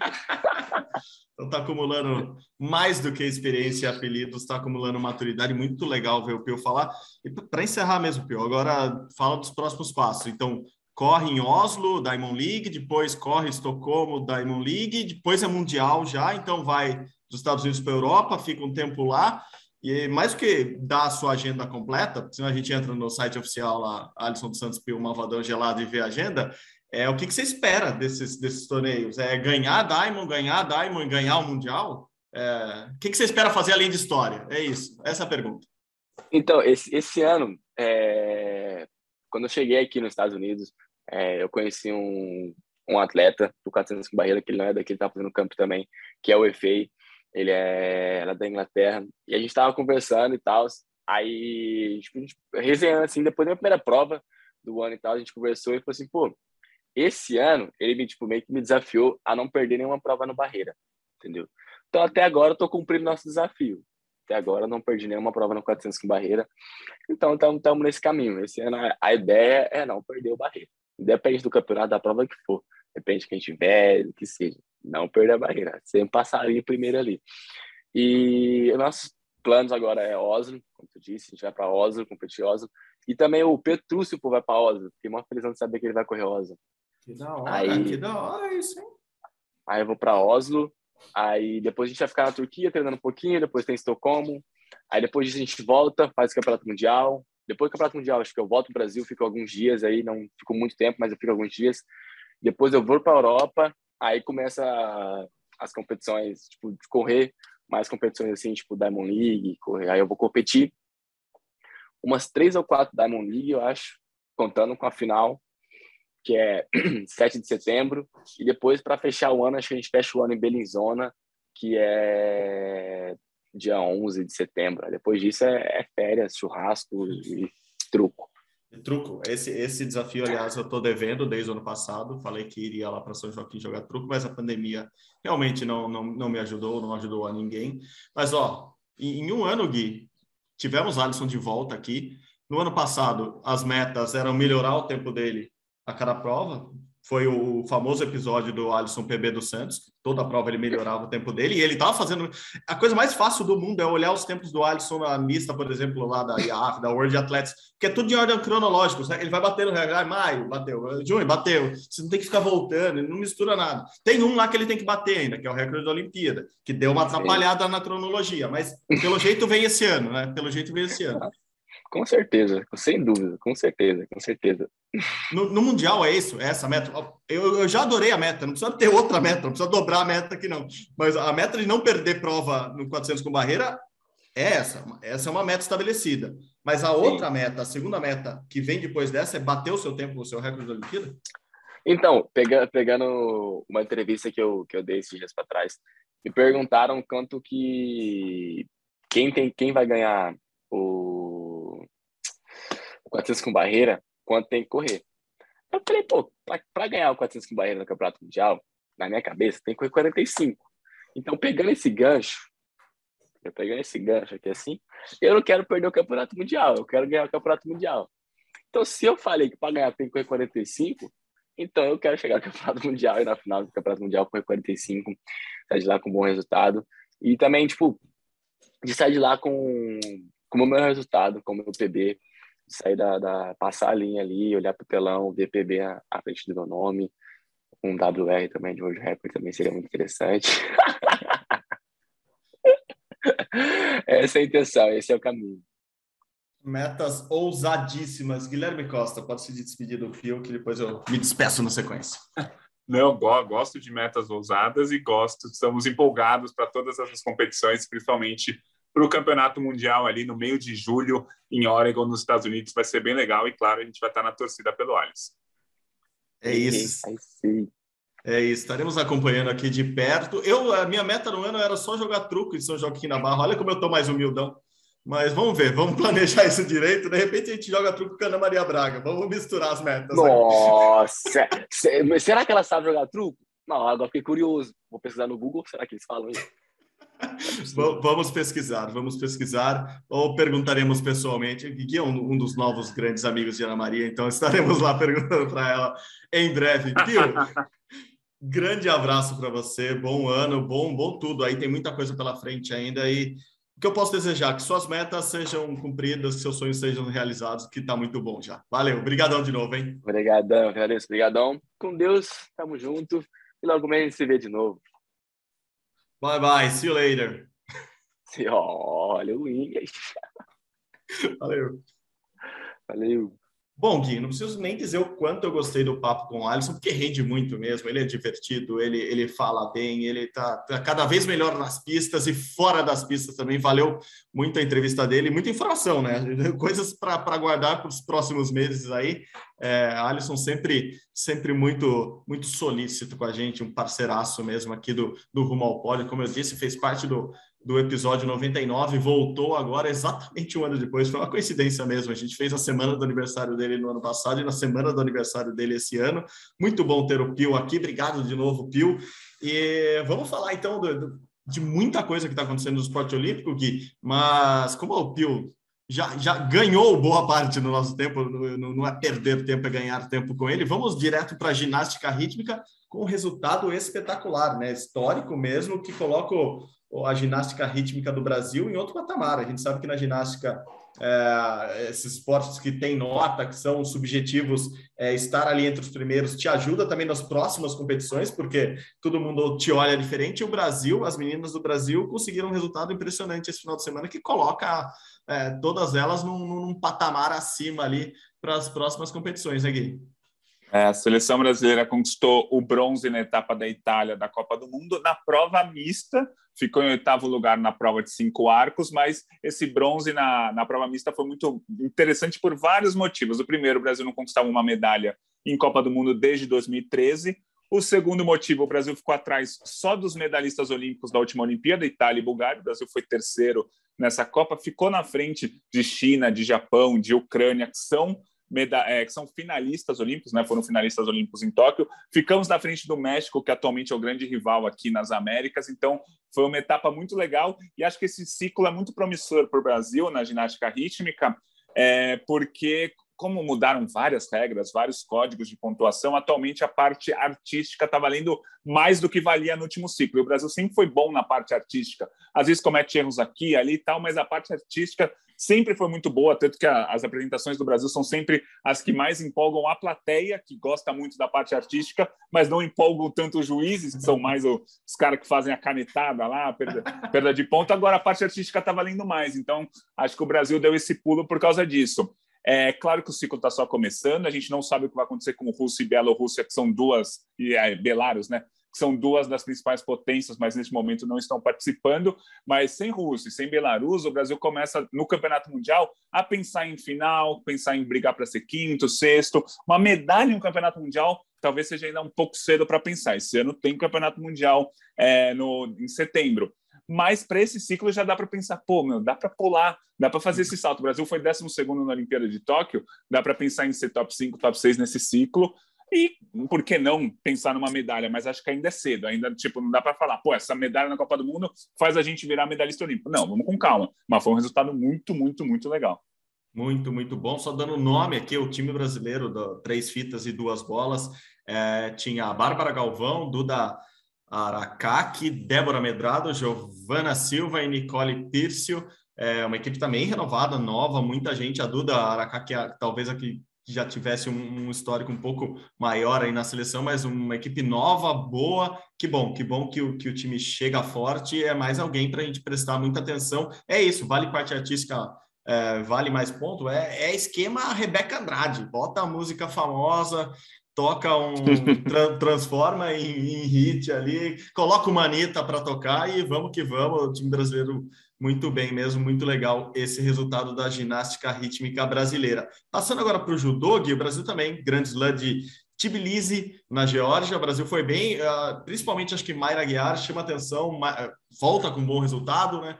Então tá acumulando mais do que experiência e apelidos, está acumulando maturidade. Muito legal ver o Pio falar. E para encerrar mesmo, Pio, agora fala dos próximos passos. Então, corre em Oslo, Diamond League, depois corre Estocolmo, Diamond League, depois é Mundial já, então vai dos Estados Unidos para a Europa, fica um tempo lá. E mais do que dar a sua agenda completa, senão a gente entra no site oficial lá, Alisson dos Santos Pio, Malvadão Gelado, e vê a agenda. É, o que, que você espera desses, desses torneios? É ganhar Diamond, ganhar Diamond, ganhar o Mundial? É, o que, que você espera fazer além de história? É isso, essa é a pergunta. Então, esse, esse ano, é, quando eu cheguei aqui nos Estados Unidos, é, eu conheci um, um atleta do quatrocentos com barreira, que ele não é daqui, ele tá fazendo campo também, que é o Efei. Ele é, ela é da Inglaterra. E a gente tava conversando e tal. Aí, tipo, a gente, resenhando assim, depois da minha primeira prova do ano e tal, a gente conversou e falou assim, pô, esse ano, ele me, tipo, meio que me desafiou a não perder nenhuma prova no barreira, entendeu? Então, até agora, eu tô cumprindo nosso desafio. Até agora, eu não perdi nenhuma prova no quatrocentos com barreira. Então, estamos nesse caminho. Esse ano, a, a ideia é não perder o barreira. Depende do campeonato, da prova que for. Depende de quem tiver, o que seja. Não perder a barreira. Sempre passar ali primeiro ali. E nossos planos agora é Oslo, como tu disse. A gente vai para Oslo, competir Oslo. E também o Petrúcio vai para Oslo. Fiquei uma felizão de saber que ele vai correr Oslo. Que da hora, aí, que da hora isso, hein? Aí eu vou para Oslo, aí depois a gente vai ficar na Turquia treinando um pouquinho, depois tem Estocolmo, aí depois disso a gente volta, faz o Campeonato Mundial, depois do Campeonato Mundial acho que eu volto pro Brasil, fico alguns dias aí, não fico muito tempo, mas eu fico alguns dias, depois eu vou para a Europa, aí começa as competições, tipo, de correr, mais competições assim, tipo Diamond League, correr, aí eu vou competir umas três ou quatro Diamond League, eu acho, contando com a final, que é sete de setembro, e depois, para fechar o ano, acho que a gente fecha o ano em Bellinzona, que é dia onze de setembro. Depois disso é, é férias, churrasco e truco. E truco, esse, esse desafio, aliás, eu estou devendo desde o ano passado, falei que iria lá para São Joaquim jogar truco, mas a pandemia realmente não, não, não me ajudou, não ajudou a ninguém. Mas, ó, em, em um ano, Gui, tivemos Alisson de volta aqui. No ano passado, as metas eram melhorar o tempo dele a cada prova. Foi o famoso episódio do Alisson P B dos Santos. Toda a prova ele melhorava o tempo dele. E ele estava fazendo... A coisa mais fácil do mundo é olhar os tempos do Alisson na mista, por exemplo, lá da I A F, da World Athletics, que é tudo de ordem cronológica. Ele vai bater no recorde. Maio, bateu. Junho, bateu. Você não tem que ficar voltando. Ele não mistura nada. Tem um lá que ele tem que bater ainda, que é o recorde da Olimpíada, que deu uma atrapalhada na cronologia. Mas, pelo jeito, vem esse ano, né? Pelo jeito, vem esse ano. Com certeza, sem dúvida, com certeza, com certeza. No, no Mundial é isso, é essa meta. Eu, eu já adorei a meta, não precisa ter outra meta, não precisa dobrar a meta aqui não. Mas a meta de não perder prova no quatrocentos com barreira é essa. Essa é uma meta estabelecida. Mas a outra Sim. meta, a segunda meta que vem depois dessa é bater o seu tempo, o seu recorde da Olimpíada? Então, pega, pegando uma entrevista que eu, que eu dei esses dias para trás, me perguntaram quanto que... Quem, tem, quem vai ganhar o quatrocentos com barreira, quanto tem que correr. Eu falei, pô, para ganhar o quatrocentos com barreira no Campeonato Mundial, na minha cabeça, tem que correr quarenta e cinco. Então, pegando esse gancho, eu pegando esse gancho aqui assim, eu não quero perder o Campeonato Mundial, eu quero ganhar o Campeonato Mundial. Então, se eu falei que para ganhar tem que correr quarenta e cinco, então eu quero chegar no Campeonato Mundial e na final do Campeonato Mundial correr quarenta e cinco, sair de lá com um bom resultado. E também, tipo, de sair de lá com, com o meu resultado, com o meu P B, sair da, da passar a linha ali, olhar pro telão, ver P B à, à frente do meu nome, um W R também de World Record também seria muito interessante. Essa é a intenção, esse é o caminho. Metas ousadíssimas. Guilherme Costa, pode se despedir do Pio, que depois eu me despeço na sequência. Não, gosto de metas ousadas e gosto, estamos empolgados para todas essas competições, principalmente para o Campeonato Mundial ali no meio de julho em Oregon, nos Estados Unidos. Vai ser bem legal e, claro, a gente vai estar na torcida pelo Alisson. É isso. Aí sim. É isso, estaremos acompanhando aqui de perto. Eu, a minha meta no ano era só jogar truco em São Joaquim da Barra. Olha como eu estou mais humildão. Mas vamos ver, vamos planejar isso direito. De repente a gente joga truco com a Ana Maria Braga. Vamos misturar as metas. Nossa! Será que ela sabe jogar truco? Não, agora fiquei curioso. Vou pesquisar no Google. Será que eles falam isso? Vamos pesquisar, vamos pesquisar. Ou perguntaremos pessoalmente. Gui é um, um dos novos grandes amigos de Ana Maria, então estaremos lá perguntando para ela em breve. Pio, grande abraço para você. Bom ano, bom, bom tudo. Aí tem muita coisa pela frente ainda. E o que eu posso desejar? Que suas metas sejam cumpridas, que seus sonhos sejam realizados, que tá muito bom já. Valeu, obrigadão de novo, hein? Obrigadão, agradeço, obrigadão. Com Deus, tamo junto. E logo mais a gente se vê de novo. Bye, bye. See you later. Olha o English. Valeu. Valeu. Bom, Gui, não preciso nem dizer o quanto eu gostei do papo com o Alisson, porque rende muito mesmo, ele é divertido, ele, ele fala bem, ele está tá cada vez melhor nas pistas e fora das pistas também. Valeu muito a entrevista dele, muita informação, né? Coisas para guardar para os próximos meses aí. É, Alisson sempre, sempre muito, muito solícito com a gente, um parceiraço mesmo aqui do, do Rumo ao Pódio. Como eu disse, fez parte do, do episódio noventa e nove, voltou agora exatamente um ano depois. Foi uma coincidência mesmo, a gente fez a semana do aniversário dele no ano passado e na semana do aniversário dele esse ano. Muito bom ter o Pio aqui, obrigado de novo, Pio. E vamos falar então do, do, de muita coisa que está acontecendo no esporte olímpico, Gui, mas como o Pio já, já ganhou boa parte do nosso tempo, não, não é perder tempo, é ganhar tempo com ele, vamos direto para a ginástica rítmica com um resultado espetacular, né? Histórico mesmo, que coloca o, a ginástica rítmica do Brasil em outro patamar. A gente sabe que na ginástica, é, esses esportes que têm nota, que são subjetivos, é, estar ali entre os primeiros te ajuda também nas próximas competições, porque todo mundo te olha diferente. E o Brasil, as meninas do Brasil conseguiram um resultado impressionante esse final de semana, que coloca é, todas elas num, num patamar acima ali para as próximas competições, né, Gui? É, a seleção brasileira conquistou o bronze na etapa da Itália da Copa do Mundo. Na prova mista, ficou em oitavo lugar na prova de cinco arcos, mas esse bronze na, na prova mista foi muito interessante por vários motivos. O primeiro, o Brasil não conquistava uma medalha em Copa do Mundo desde dois mil e treze. O segundo motivo, o Brasil ficou atrás só dos medalhistas olímpicos da última Olimpíada, Itália e Bulgária. O Brasil foi terceiro nessa Copa, ficou na frente de China, de Japão, de Ucrânia, que são Meda- é, que são finalistas olímpicos, né? Foram finalistas olímpicos em Tóquio. Ficamos na frente do México, que atualmente é o grande rival aqui nas Américas. Então, foi uma etapa muito legal e acho que esse ciclo é muito promissor para o Brasil na ginástica rítmica, é, porque como mudaram várias regras, vários códigos de pontuação, atualmente a parte artística está valendo mais do que valia no último ciclo. E o Brasil sempre foi bom na parte artística. Às vezes comete erros aqui, ali e tal, mas a parte artística sempre foi muito boa, tanto que a, as apresentações do Brasil são sempre as que mais empolgam a plateia, que gosta muito da parte artística, mas não empolgam tanto os juízes, que são mais o, os caras que fazem a canetada lá, a perda, perda de ponto. Agora a parte artística está valendo mais. Então, acho que o Brasil deu esse pulo por causa disso. É claro que o ciclo está só começando, a gente não sabe o que vai acontecer com Rússia e Bielorrússia, que são duas, e é, Belarus, né? Que são duas das principais potências, mas neste momento não estão participando. Mas sem Rússia e sem Belarus, o Brasil começa no Campeonato Mundial a pensar em final, pensar em brigar para ser quinto, sexto. Uma medalha em um Campeonato Mundial talvez seja ainda um pouco cedo para pensar. Esse ano tem Campeonato Mundial é, no, em setembro. Mas para esse ciclo já dá para pensar, pô, meu, dá para pular, dá para fazer esse salto. O Brasil foi décimo segundo na Olimpíada de Tóquio, dá para pensar em ser top cinco, top seis nesse ciclo. E por que não pensar numa medalha? Mas acho que ainda é cedo, ainda tipo, não dá para falar, pô, essa medalha na Copa do Mundo faz a gente virar medalhista olímpico. Não, vamos com calma. Mas foi um resultado muito, muito, muito legal. Muito, muito bom. Só dando nome aqui, o time brasileiro do Três Fitas e Duas Bolas, é, tinha a Bárbara Galvão, Duda Aracaki, Débora Medrado, Giovana Silva e Nicole Pírcio. É uma equipe também renovada, nova, muita gente. A Duda Aracaki, talvez a que já tivesse um, um histórico um pouco maior aí na seleção, mas uma equipe nova, boa. Que bom, que bom que o, que o time chega forte. É mais alguém para a gente prestar muita atenção. É isso, vale parte artística, é, vale mais ponto. É, é esquema Rebeca Andrade. Bota a música famosa, toca um... tra transforma em, em hit ali, coloca uma Anitta para tocar e vamos que vamos. O time brasileiro muito bem mesmo, muito legal esse resultado da ginástica rítmica brasileira. Passando agora para o judô, Gui, o Brasil também, grande slam de Tbilisi, na Geórgia. O Brasil foi bem, uh, principalmente acho que Mayra Aguiar chama atenção, volta com um bom resultado, né?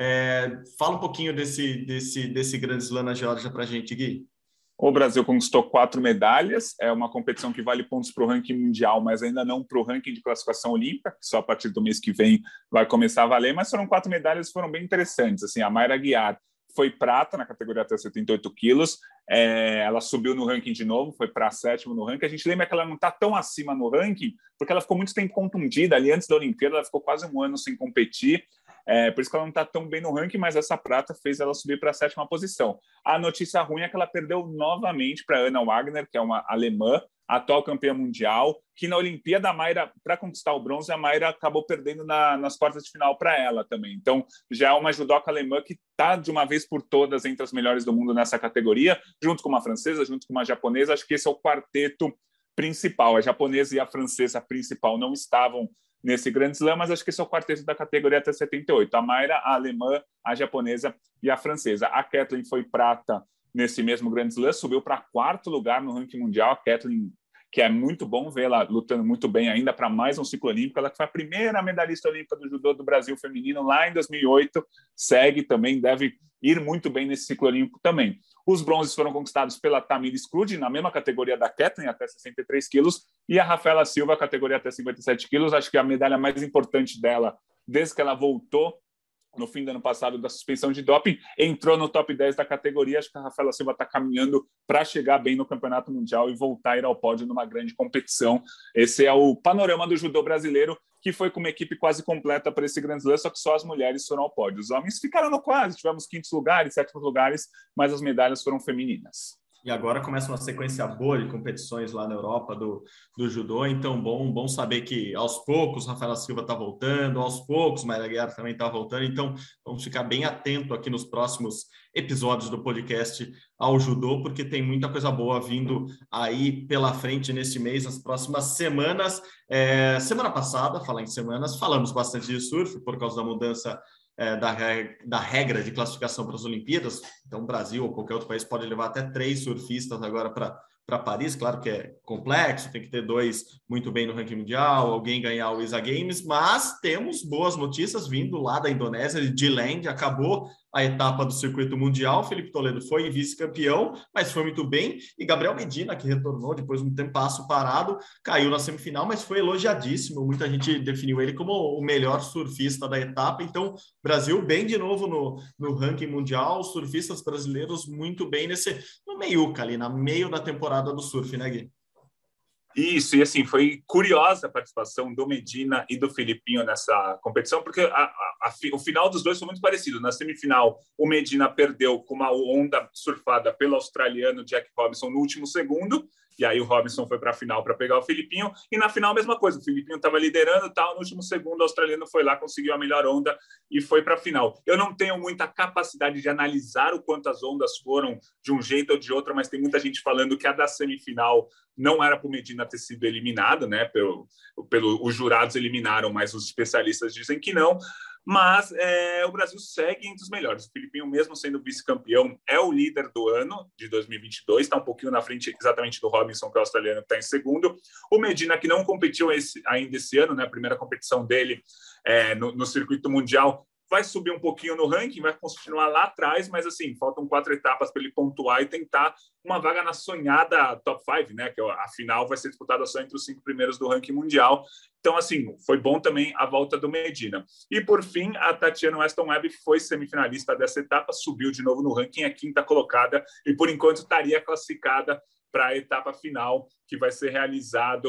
É, fala um pouquinho desse, desse, desse grande slam na Geórgia para a gente, Gui. O Brasil conquistou quatro medalhas, é uma competição que vale pontos para o ranking mundial, mas ainda não para o ranking de classificação olímpica, que só a partir do mês que vem vai começar a valer, mas foram quatro medalhas que foram bem interessantes. Assim, a Mayra Aguiar foi prata na categoria até setenta e oito quilos, é, ela subiu no ranking de novo, foi para sétimo no ranking. A gente lembra que ela não está tão acima no ranking, porque ela ficou muito tempo contundida, ali antes da Olimpíada ela ficou quase um ano sem competir, É, por isso que ela não está tão bem no ranking, mas essa prata fez ela subir para a sétima posição. A notícia ruim é que ela perdeu novamente para Anna Wagner, que é uma alemã, atual campeã mundial, que na Olimpíada, a Mayra, para conquistar o bronze, a Mayra acabou perdendo na, nas quartas de final para ela também. Então, já é uma judoca alemã que está, de uma vez por todas, entre as melhores do mundo nessa categoria, junto com uma francesa, junto com uma japonesa. Acho que esse é o quarteto principal. A japonesa e a francesa principal não estavam nesse grande slam, mas acho que esse é o quarteto da categoria até setenta e oito. A Mayra, a alemã, a japonesa e a francesa. A Kathleen foi prata nesse mesmo grande slam, subiu para quarto lugar no ranking mundial. A Kathleen, que é muito bom ver ela lutando muito bem ainda para mais um ciclo olímpico. Ela que foi a primeira medalhista olímpica do judô do Brasil feminino lá em dois mil e oito, segue também, deve ir muito bem nesse ciclo olímpico também. Os bronzes foram conquistados pela Tamir Scrudi, na mesma categoria da Kathleen, até sessenta e três quilos, e a Rafaela Silva, categoria até cinquenta e sete quilos. Acho que a medalha mais importante dela, desde que ela voltou no fim do ano passado da suspensão de doping, entrou no top dez da categoria. Acho que a Rafaela Silva está caminhando para chegar bem no Campeonato Mundial e voltar a ir ao pódio numa grande competição. Esse é o panorama do judô brasileiro, que foi com uma equipe quase completa para esse grande slam, só que só as mulheres foram ao pódio. Os homens ficaram no quase, tivemos quintos lugares, sétimos lugares, mas as medalhas foram femininas. E agora começa uma sequência boa de competições lá na Europa do, do judô, então bom, bom saber que aos poucos Rafaela Silva está voltando, aos poucos Mayra Aguiar também está voltando, então vamos ficar bem atento aqui nos próximos episódios do podcast ao judô, porque tem muita coisa boa vindo aí pela frente nesse mês, nas próximas semanas. É, semana passada, falar em semanas, falamos bastante de surf por causa da mudança É, da, da regra de classificação para as Olimpíadas. Então, o Brasil ou qualquer outro país pode levar até três surfistas agora para para Paris. Claro que é complexo, tem que ter dois muito bem no ranking mundial, alguém ganhar o ISA Games, mas temos boas notícias vindo lá da Indonésia, de Land, acabou a etapa do circuito mundial. Felipe Toledo foi vice-campeão, mas foi muito bem, e Gabriel Medina, que retornou depois de um tempasso parado, caiu na semifinal, mas foi elogiadíssimo. Muita gente definiu ele como o melhor surfista da etapa. Então, Brasil bem de novo no, no ranking mundial, os surfistas brasileiros muito bem nesse, no meiuca ali, no meio da temporada do surf, né, Gui? Isso, e assim, foi curiosa a participação do Medina e do Filipinho nessa competição, porque a, a, a, o final dos dois foi muito parecido. Na semifinal, o Medina perdeu com uma onda surfada pelo australiano Jack Robinson no último segundo, e aí o Robinson foi para a final para pegar o Filipinho, e na final a mesma coisa, o Filipinho estava liderando, tal, no último segundo o australiano foi lá, conseguiu a melhor onda e foi para a final. Eu não tenho muita capacidade de analisar o quanto as ondas foram de um jeito ou de outro, mas tem muita gente falando que a da semifinal não era para o Medina ter sido eliminado, né? Pelo, pelo, os jurados eliminaram, mas os especialistas dizem que não. Mas é, o Brasil segue entre os melhores. O Filipinho, mesmo sendo vice-campeão, é o líder do ano de dois mil e vinte e dois, está um pouquinho na frente exatamente do Robinson, que é o australiano, que está em segundo. O Medina, que não competiu esse, ainda esse ano, né? A primeira competição dele é, no, no circuito mundial, vai subir um pouquinho no ranking, vai continuar lá atrás, mas assim, faltam quatro etapas para ele pontuar e tentar uma vaga na sonhada top cinco, né? Que a final vai ser disputada só entre os cinco primeiros do ranking mundial. Então, assim, foi bom também a volta do Medina. E, por fim, a Tatiana Weston Webb foi semifinalista dessa etapa, subiu de novo no ranking, é quinta colocada e, por enquanto, estaria classificada para a etapa final, que vai ser realizado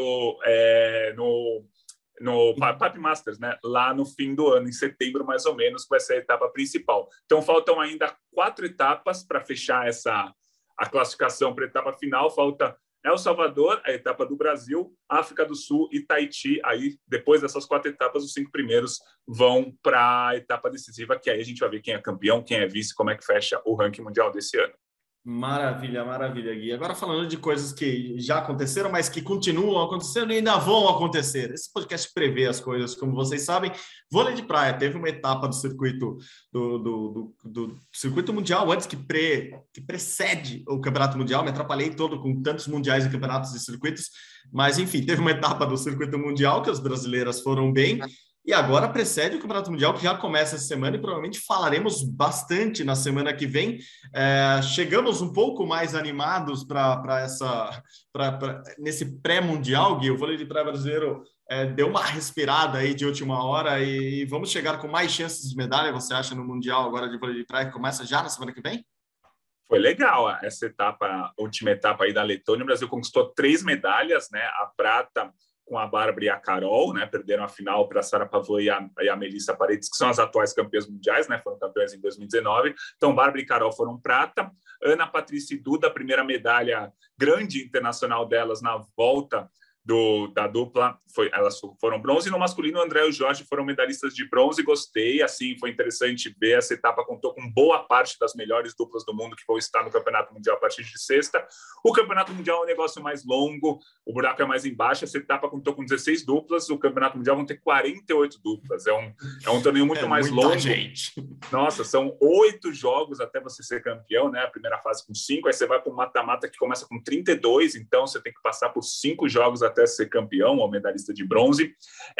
é, no... no Pipe Masters, né? Lá no fim do ano, em setembro mais ou menos, que vai ser a etapa principal. Então faltam ainda quatro etapas para fechar essa a classificação para a etapa final. Falta El Salvador, a etapa do Brasil, África do Sul e Tahiti. Aí, depois dessas quatro etapas, os cinco primeiros vão para a etapa decisiva, que aí a gente vai ver quem é campeão, quem é vice, como é que fecha o ranking mundial desse ano. Maravilha, maravilha, Gui. Agora falando de coisas que já aconteceram, mas que continuam acontecendo e ainda vão acontecer. Esse podcast prevê as coisas, como vocês sabem. Vôlei de praia teve uma etapa do circuito do, do, do, do circuito mundial antes que, pre, que precede o Campeonato Mundial. Me atrapalhei todo com tantos mundiais e campeonatos e circuitos, mas enfim, teve uma etapa do circuito mundial que as brasileiras foram bem. E agora precede o Campeonato Mundial, que já começa essa semana, e provavelmente falaremos bastante na semana que vem. É, chegamos um pouco mais animados para essa pra, pra, nesse pré-mundial, Gui. O vôlei de praia brasileiro é, deu uma respirada aí de última hora e, e vamos chegar com mais chances de medalha, você acha, no Mundial agora de vôlei de praia, que começa já na semana que vem? Foi legal essa etapa, a última etapa aí da Letônia. O Brasil conquistou três medalhas, né? A prata com a Bárbara e a Carol, né? Perderam a final para a Sara Pavão e a, e a Melissa Paredes, que são as atuais campeãs mundiais, né? Foram campeãs em dois mil e dezenove. Então, Bárbara e Carol foram prata. Ana Patrícia e Duda, a primeira medalha grande internacional delas na volta do, da dupla, foi, elas foram bronze. E no masculino, o André e o Jorge foram medalhistas de bronze. Gostei, assim, foi interessante ver. Essa etapa contou com boa parte das melhores duplas do mundo que vão estar no Campeonato Mundial a partir de sexta. O Campeonato Mundial é um negócio mais longo, o buraco é mais embaixo. Essa etapa contou com dezesseis duplas, o Campeonato Mundial vão ter quarenta e oito duplas. É um, é um torneio muito é mais longo. Gente. Nossa, são oito jogos até você ser campeão, né? A primeira fase com cinco, aí você vai para o mata-mata que começa com trinta e dois, então você tem que passar por cinco jogos até ser campeão ou medalhista de bronze.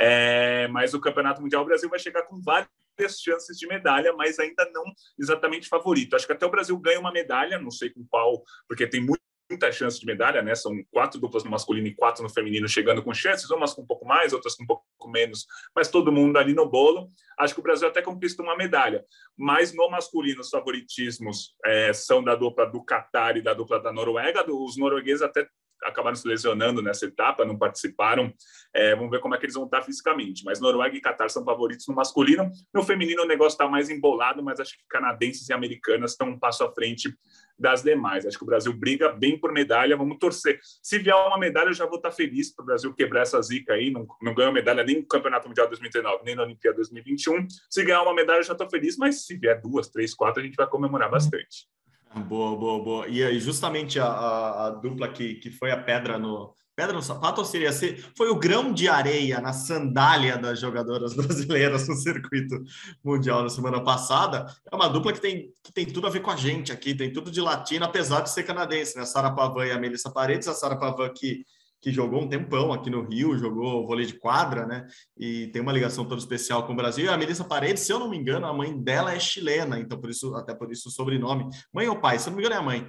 É, mas o Campeonato Mundial, o Brasil vai chegar com várias chances de medalha, mas ainda não exatamente favorito. Acho que até o Brasil ganha uma medalha, não sei com qual, porque tem muito muita chance de medalha, né? São quatro duplas no masculino e quatro no feminino chegando com chances, umas com um pouco mais, outras com um pouco menos, mas todo mundo ali no bolo. Acho que o Brasil até conquista uma medalha, mas no masculino os favoritismos é, são da dupla do Catar e da dupla da Noruega. Os noruegueses até acabaram se lesionando nessa etapa, não participaram. É, vamos ver como é que eles vão estar fisicamente. Mas Noruega e Catar são favoritos no masculino. No feminino o negócio está mais embolado, mas acho que canadenses e americanas estão um passo à frente das demais. Acho que o Brasil briga bem por medalha. Vamos torcer. Se vier uma medalha, eu já vou estar feliz para o Brasil quebrar essa zica aí. Não, não ganhou medalha nem no Campeonato Mundial dois mil e dezenove, nem na Olimpíada dois mil e vinte e um. Se ganhar uma medalha, eu já estou feliz. Mas se vier duas, três, quatro, a gente vai comemorar bastante. Boa, boa, boa. E aí, justamente a, a, a dupla que, que foi a pedra no, pedra no sapato, ou seria ser, foi o grão de areia na sandália das jogadoras brasileiras no circuito mundial na semana passada. É uma dupla que tem, que tem tudo a ver com a gente aqui, tem tudo de latino, apesar de ser canadense, né? A Sara Pavão e a Melissa Paredes. A Sara Pavão que que jogou um tempão aqui no Rio, jogou vôlei de quadra, né? E tem uma ligação toda especial com o Brasil. E a Melissa Paredes, se eu não me engano, a mãe dela é chilena, então por isso, até por isso o sobrenome. Mãe ou pai, se eu não me engano é a mãe.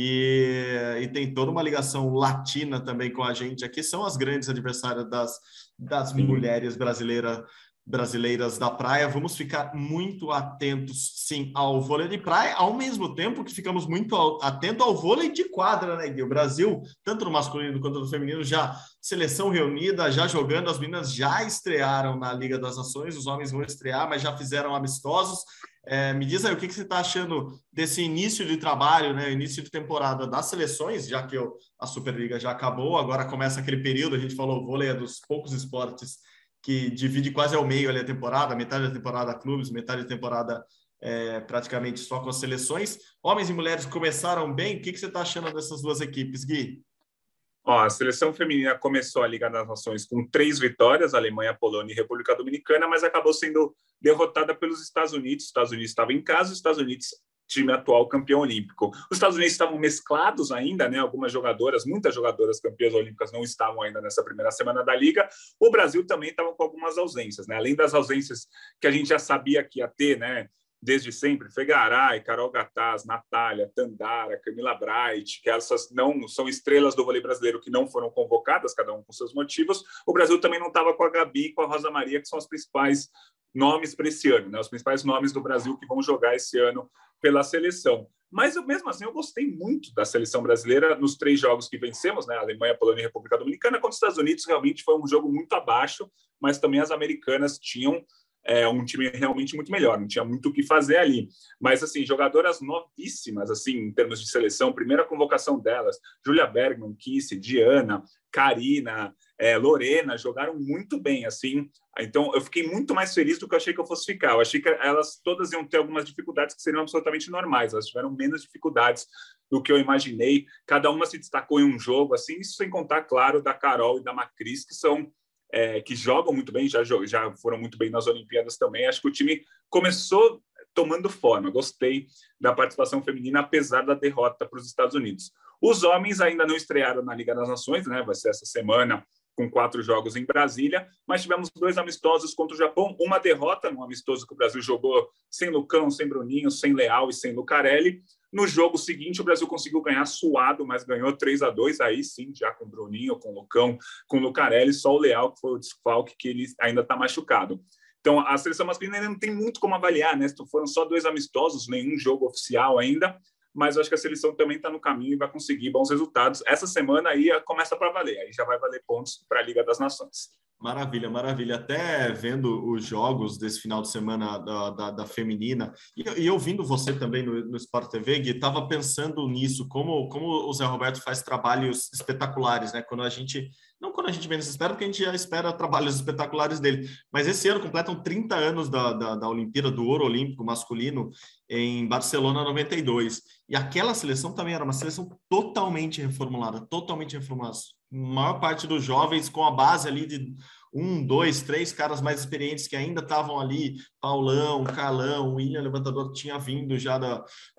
E, e tem toda uma ligação latina também com a gente aqui. São as grandes adversárias das, das mulheres brasileiras brasileiras da praia. Vamos ficar muito atentos, sim, ao vôlei de praia, ao mesmo tempo que ficamos muito atentos ao vôlei de quadra, né, Gui? O Brasil, tanto no masculino quanto no feminino, já seleção reunida, já jogando, as meninas já estrearam na Liga das Nações, os homens vão estrear, mas já fizeram amistosos. É, me diz aí, o que, que você está achando desse início de trabalho, né, início de temporada das seleções, já que a Superliga já acabou, agora começa aquele período, a gente falou, o vôlei é dos poucos esportes que divide quase ao meio ali a temporada, metade da temporada clubes, metade da temporada é, praticamente só com as seleções. Homens e mulheres começaram bem. O que, que você está achando dessas duas equipes, Gui? Ó, a seleção feminina começou a Liga das Nações com três vitórias, Alemanha, Polônia e República Dominicana, mas acabou sendo derrotada pelos Estados Unidos. Os Estados Unidos estavam em casa, os Estados Unidos time atual campeão olímpico. Os Estados Unidos estavam mesclados ainda, né? Algumas jogadoras, muitas jogadoras campeãs olímpicas não estavam ainda nessa primeira semana da Liga. O Brasil também estava com algumas ausências, né? Além das ausências que a gente já sabia que ia ter, né? Desde sempre, Fegaray, Carol Gataz, Natália, Tandara, Camila Bright, que essas não são estrelas do vôlei brasileiro que não foram convocadas, cada um com seus motivos. O Brasil também não estava com a Gabi e com a Rosa Maria, que são os principais nomes para esse ano, né? Os principais nomes do Brasil que vão jogar esse ano pela seleção. Mas, eu, mesmo assim, eu gostei muito da seleção brasileira nos três jogos que vencemos, né? Alemanha, Polônia e República Dominicana. Contra os Estados Unidos, realmente foi um jogo muito abaixo, mas também as americanas tinham é, um time realmente muito melhor, não tinha muito o que fazer ali. Mas, assim, jogadoras novíssimas, assim, em termos de seleção, primeira convocação delas, Julia Bergman, Kissy, Diana, Karina, é, Lorena, jogaram muito bem, assim. Então, eu fiquei muito mais feliz do que eu achei que eu fosse ficar. Eu achei que elas todas iam ter algumas dificuldades que seriam absolutamente normais. Elas tiveram menos dificuldades do que eu imaginei. Cada uma se destacou em um jogo, assim, isso sem contar, claro, da Carol e da Macris, que são é, que jogam muito bem, já, já foram muito bem nas Olimpíadas também. Acho que o time começou tomando forma. Gostei da participação feminina, apesar da derrota para os Estados Unidos. Os homens ainda não estrearam na Liga das Nações, né? Vai ser essa semana, com quatro jogos em Brasília, mas tivemos dois amistosos contra o Japão, uma derrota no amistoso que o Brasil jogou sem Lucão, sem Bruninho, sem Leal e sem Lucarelli. No jogo seguinte, o Brasil conseguiu ganhar suado, mas ganhou três a dois, aí sim, já com Bruninho, com Lucão, com Lucarelli, só o Leal, que foi o desfalque, que ele ainda está machucado. Então, a seleção masculina ainda não tem muito como avaliar, né? Foram só dois amistosos, nenhum jogo oficial ainda, mas eu acho que a seleção também está no caminho e vai conseguir bons resultados. Essa semana aí começa para valer, aí já vai valer pontos para a Liga das Nações. Maravilha, maravilha. Até vendo os jogos desse final de semana da, da, da feminina, e, e ouvindo você também no, no Sport T V, Gui, estava pensando nisso, como, como o Zé Roberto faz trabalhos espetaculares, né? Quando a gente, não quando a gente menos espera, porque a gente já espera trabalhos espetaculares dele, mas esse ano completam trinta anos da, da, da Olimpíada, do ouro olímpico masculino em Barcelona noventa e dois. E aquela seleção também era uma seleção totalmente reformulada, totalmente reformulada. A maior parte dos jovens com a base ali de um, dois, três caras mais experientes que ainda estavam ali, Paulão, Carlão, William Levantador tinha vindo já da,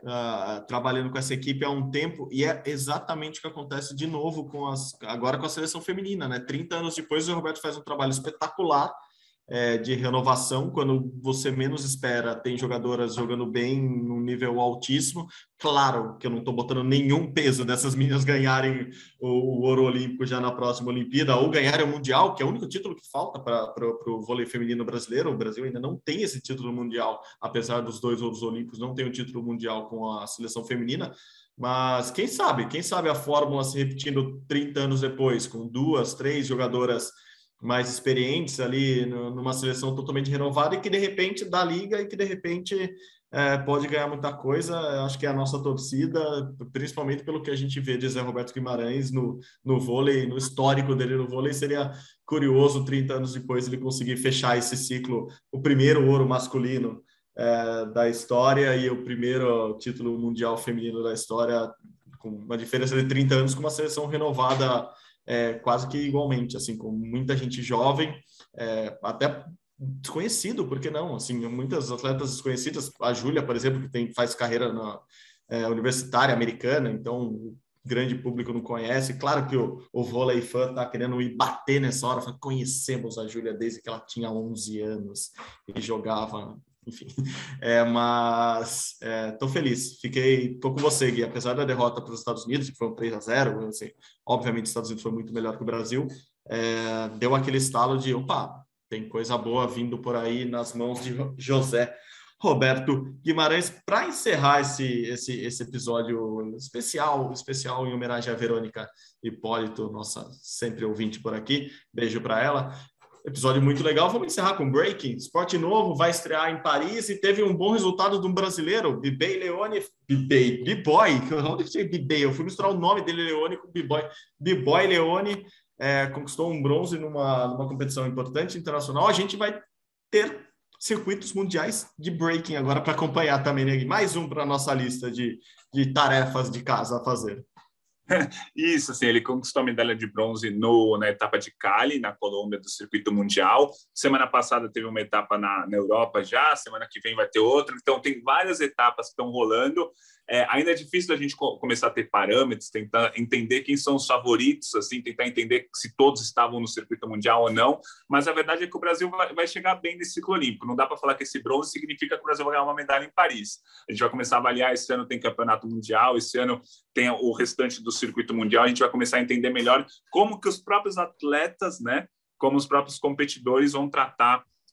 uh, trabalhando com essa equipe há um tempo, e é exatamente o que acontece de novo com as, agora com a seleção feminina, né? trinta anos depois, o Roberto faz um trabalho espetacular, É, de renovação, quando você menos espera, tem jogadoras jogando bem num nível altíssimo. Claro que eu não estou botando nenhum peso dessas meninas ganharem o, o ouro olímpico já na próxima Olimpíada, ou ganharem o Mundial, que é o único título que falta para o vôlei feminino brasileiro. O Brasil ainda não tem esse título mundial, apesar dos dois ouros olímpicos, não tem o título mundial com a seleção feminina. Mas quem sabe, quem sabe a fórmula se repetindo trinta anos depois, com duas, três jogadoras mais experientes ali numa seleção totalmente renovada e que de repente dá liga e que de repente é, pode ganhar muita coisa. Acho que é a nossa torcida, principalmente pelo que a gente vê de Zé Roberto Guimarães no, no vôlei, no histórico dele no vôlei. Seria curioso trinta anos depois ele conseguir fechar esse ciclo, o primeiro ouro masculino é, da história e o primeiro título mundial feminino da história, com uma diferença de trinta anos, com uma seleção renovada É, quase que igualmente, assim, com muita gente jovem, é, até desconhecido, por que não? Assim, muitas atletas desconhecidas, a Júlia, por exemplo, que tem, faz carreira na é, universitária americana, então o grande público não conhece. Claro que o, o vôlei fã está querendo ir bater nessa hora, fala, conhecemos a Júlia desde que ela tinha onze anos e jogava... Enfim, é, mas estou é, feliz, fiquei, tô com você, Gui, apesar da derrota para os Estados Unidos, que foi um três a zero, assim, obviamente os Estados Unidos foi muito melhor que o Brasil, é, deu aquele estalo de, opa, tem coisa boa vindo por aí nas mãos de José Roberto Guimarães. Para encerrar esse, esse, esse episódio especial, especial em homenagem a Verônica Hipólito, nossa sempre ouvinte por aqui, beijo para ela. Episódio muito legal. Vamos encerrar com Breaking. Esporte novo, vai estrear em Paris e teve um bom resultado de um brasileiro, Bibei Leone, Bibei, B-Boy, onde que Bibei? Eu fui misturar o nome dele, Leone, com B-Boy. B-Boy Leone é, conquistou um bronze numa, numa competição importante internacional. A gente vai ter circuitos mundiais de breaking agora para acompanhar também, né? Mais um para a nossa lista de, de tarefas de casa a fazer. Isso, assim, ele conquistou a medalha de bronze no, na etapa de Cali, na Colômbia, do circuito mundial. Semana passada teve uma etapa na, na Europa já, semana que vem vai ter outra. Então, tem várias etapas que estão rolando. É, ainda é difícil a gente co- começar a ter parâmetros, tentar entender quem são os favoritos, assim, tentar entender se todos estavam no circuito mundial ou não. Mas a verdade é que o Brasil vai, vai chegar bem nesse ciclo olímpico. Não dá para falar que esse bronze significa que o Brasil vai ganhar uma medalha em Paris. A gente vai começar a avaliar, esse ano tem campeonato mundial, esse ano tem o restante do circuito mundial, a gente vai começar a entender melhor como que os próprios atletas, né, como os próprios competidores vão tratar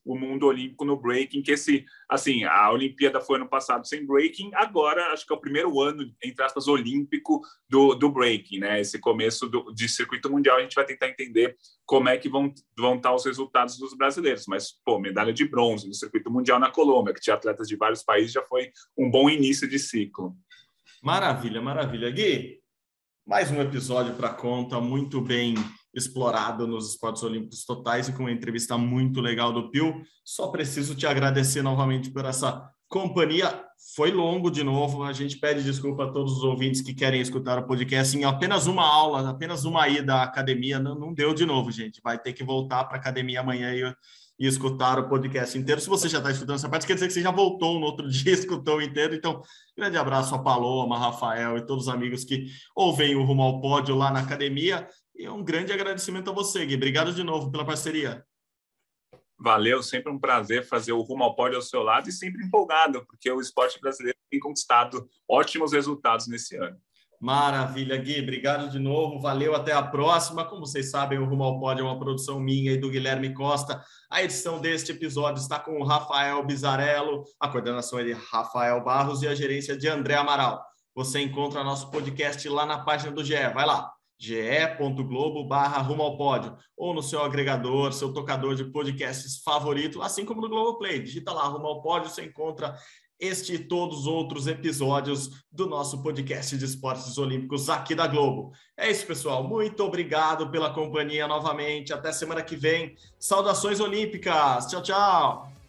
o mundo olímpico no breaking, que esse, assim, a Olimpíada foi ano passado sem breaking, agora acho que é o primeiro ano, entre aspas, olímpico do, do breaking, né? Esse começo do, de circuito mundial, a gente vai tentar entender como é que vão, vão estar os resultados dos brasileiros, mas, pô, medalha de bronze no circuito mundial na Colômbia, que tinha atletas de vários países, já foi um bom início de ciclo. Maravilha, maravilha. Gui, mais um episódio para conta, muito bem explorado nos esportes olímpicos totais e com uma entrevista muito legal do Pio. Só preciso te agradecer novamente por essa companhia. Foi longo de novo, a gente pede desculpa a todos os ouvintes que querem escutar o podcast em apenas uma aula, apenas uma ida à academia, não, não deu de novo, gente. Vai ter que voltar para a academia amanhã e, e escutar o podcast inteiro. Se você já está escutando essa parte, quer dizer que você já voltou no outro dia, escutou o inteiro. Então, grande abraço a Paloma, Rafael e todos os amigos que ouvem o Rumo ao Pódio lá na academia. E um grande agradecimento a você, Gui. Obrigado de novo pela parceria. Valeu, sempre um prazer fazer o Rumo ao Pódio ao seu lado e sempre empolgado, porque o esporte brasileiro tem conquistado ótimos resultados nesse ano. Maravilha, Gui. Obrigado de novo. Valeu, até a próxima. Como vocês sabem, o Rumo ao Pódio é uma produção minha e do Guilherme Costa. A edição deste episódio está com o Rafael Bizarello, a coordenação é de Rafael Barros e a gerência de André Amaral. Você encontra nosso podcast lá na página do G E. Vai lá. ge.globo barra Rumo ao Pódio, ou no seu agregador, seu tocador de podcasts favorito, assim como no Globoplay. Digita lá Rumo ao Pódio, você encontra este e todos os outros episódios do nosso podcast de esportes olímpicos aqui da Globo. É isso, pessoal. Muito obrigado pela companhia novamente. Até semana que vem. Saudações olímpicas. Tchau, tchau.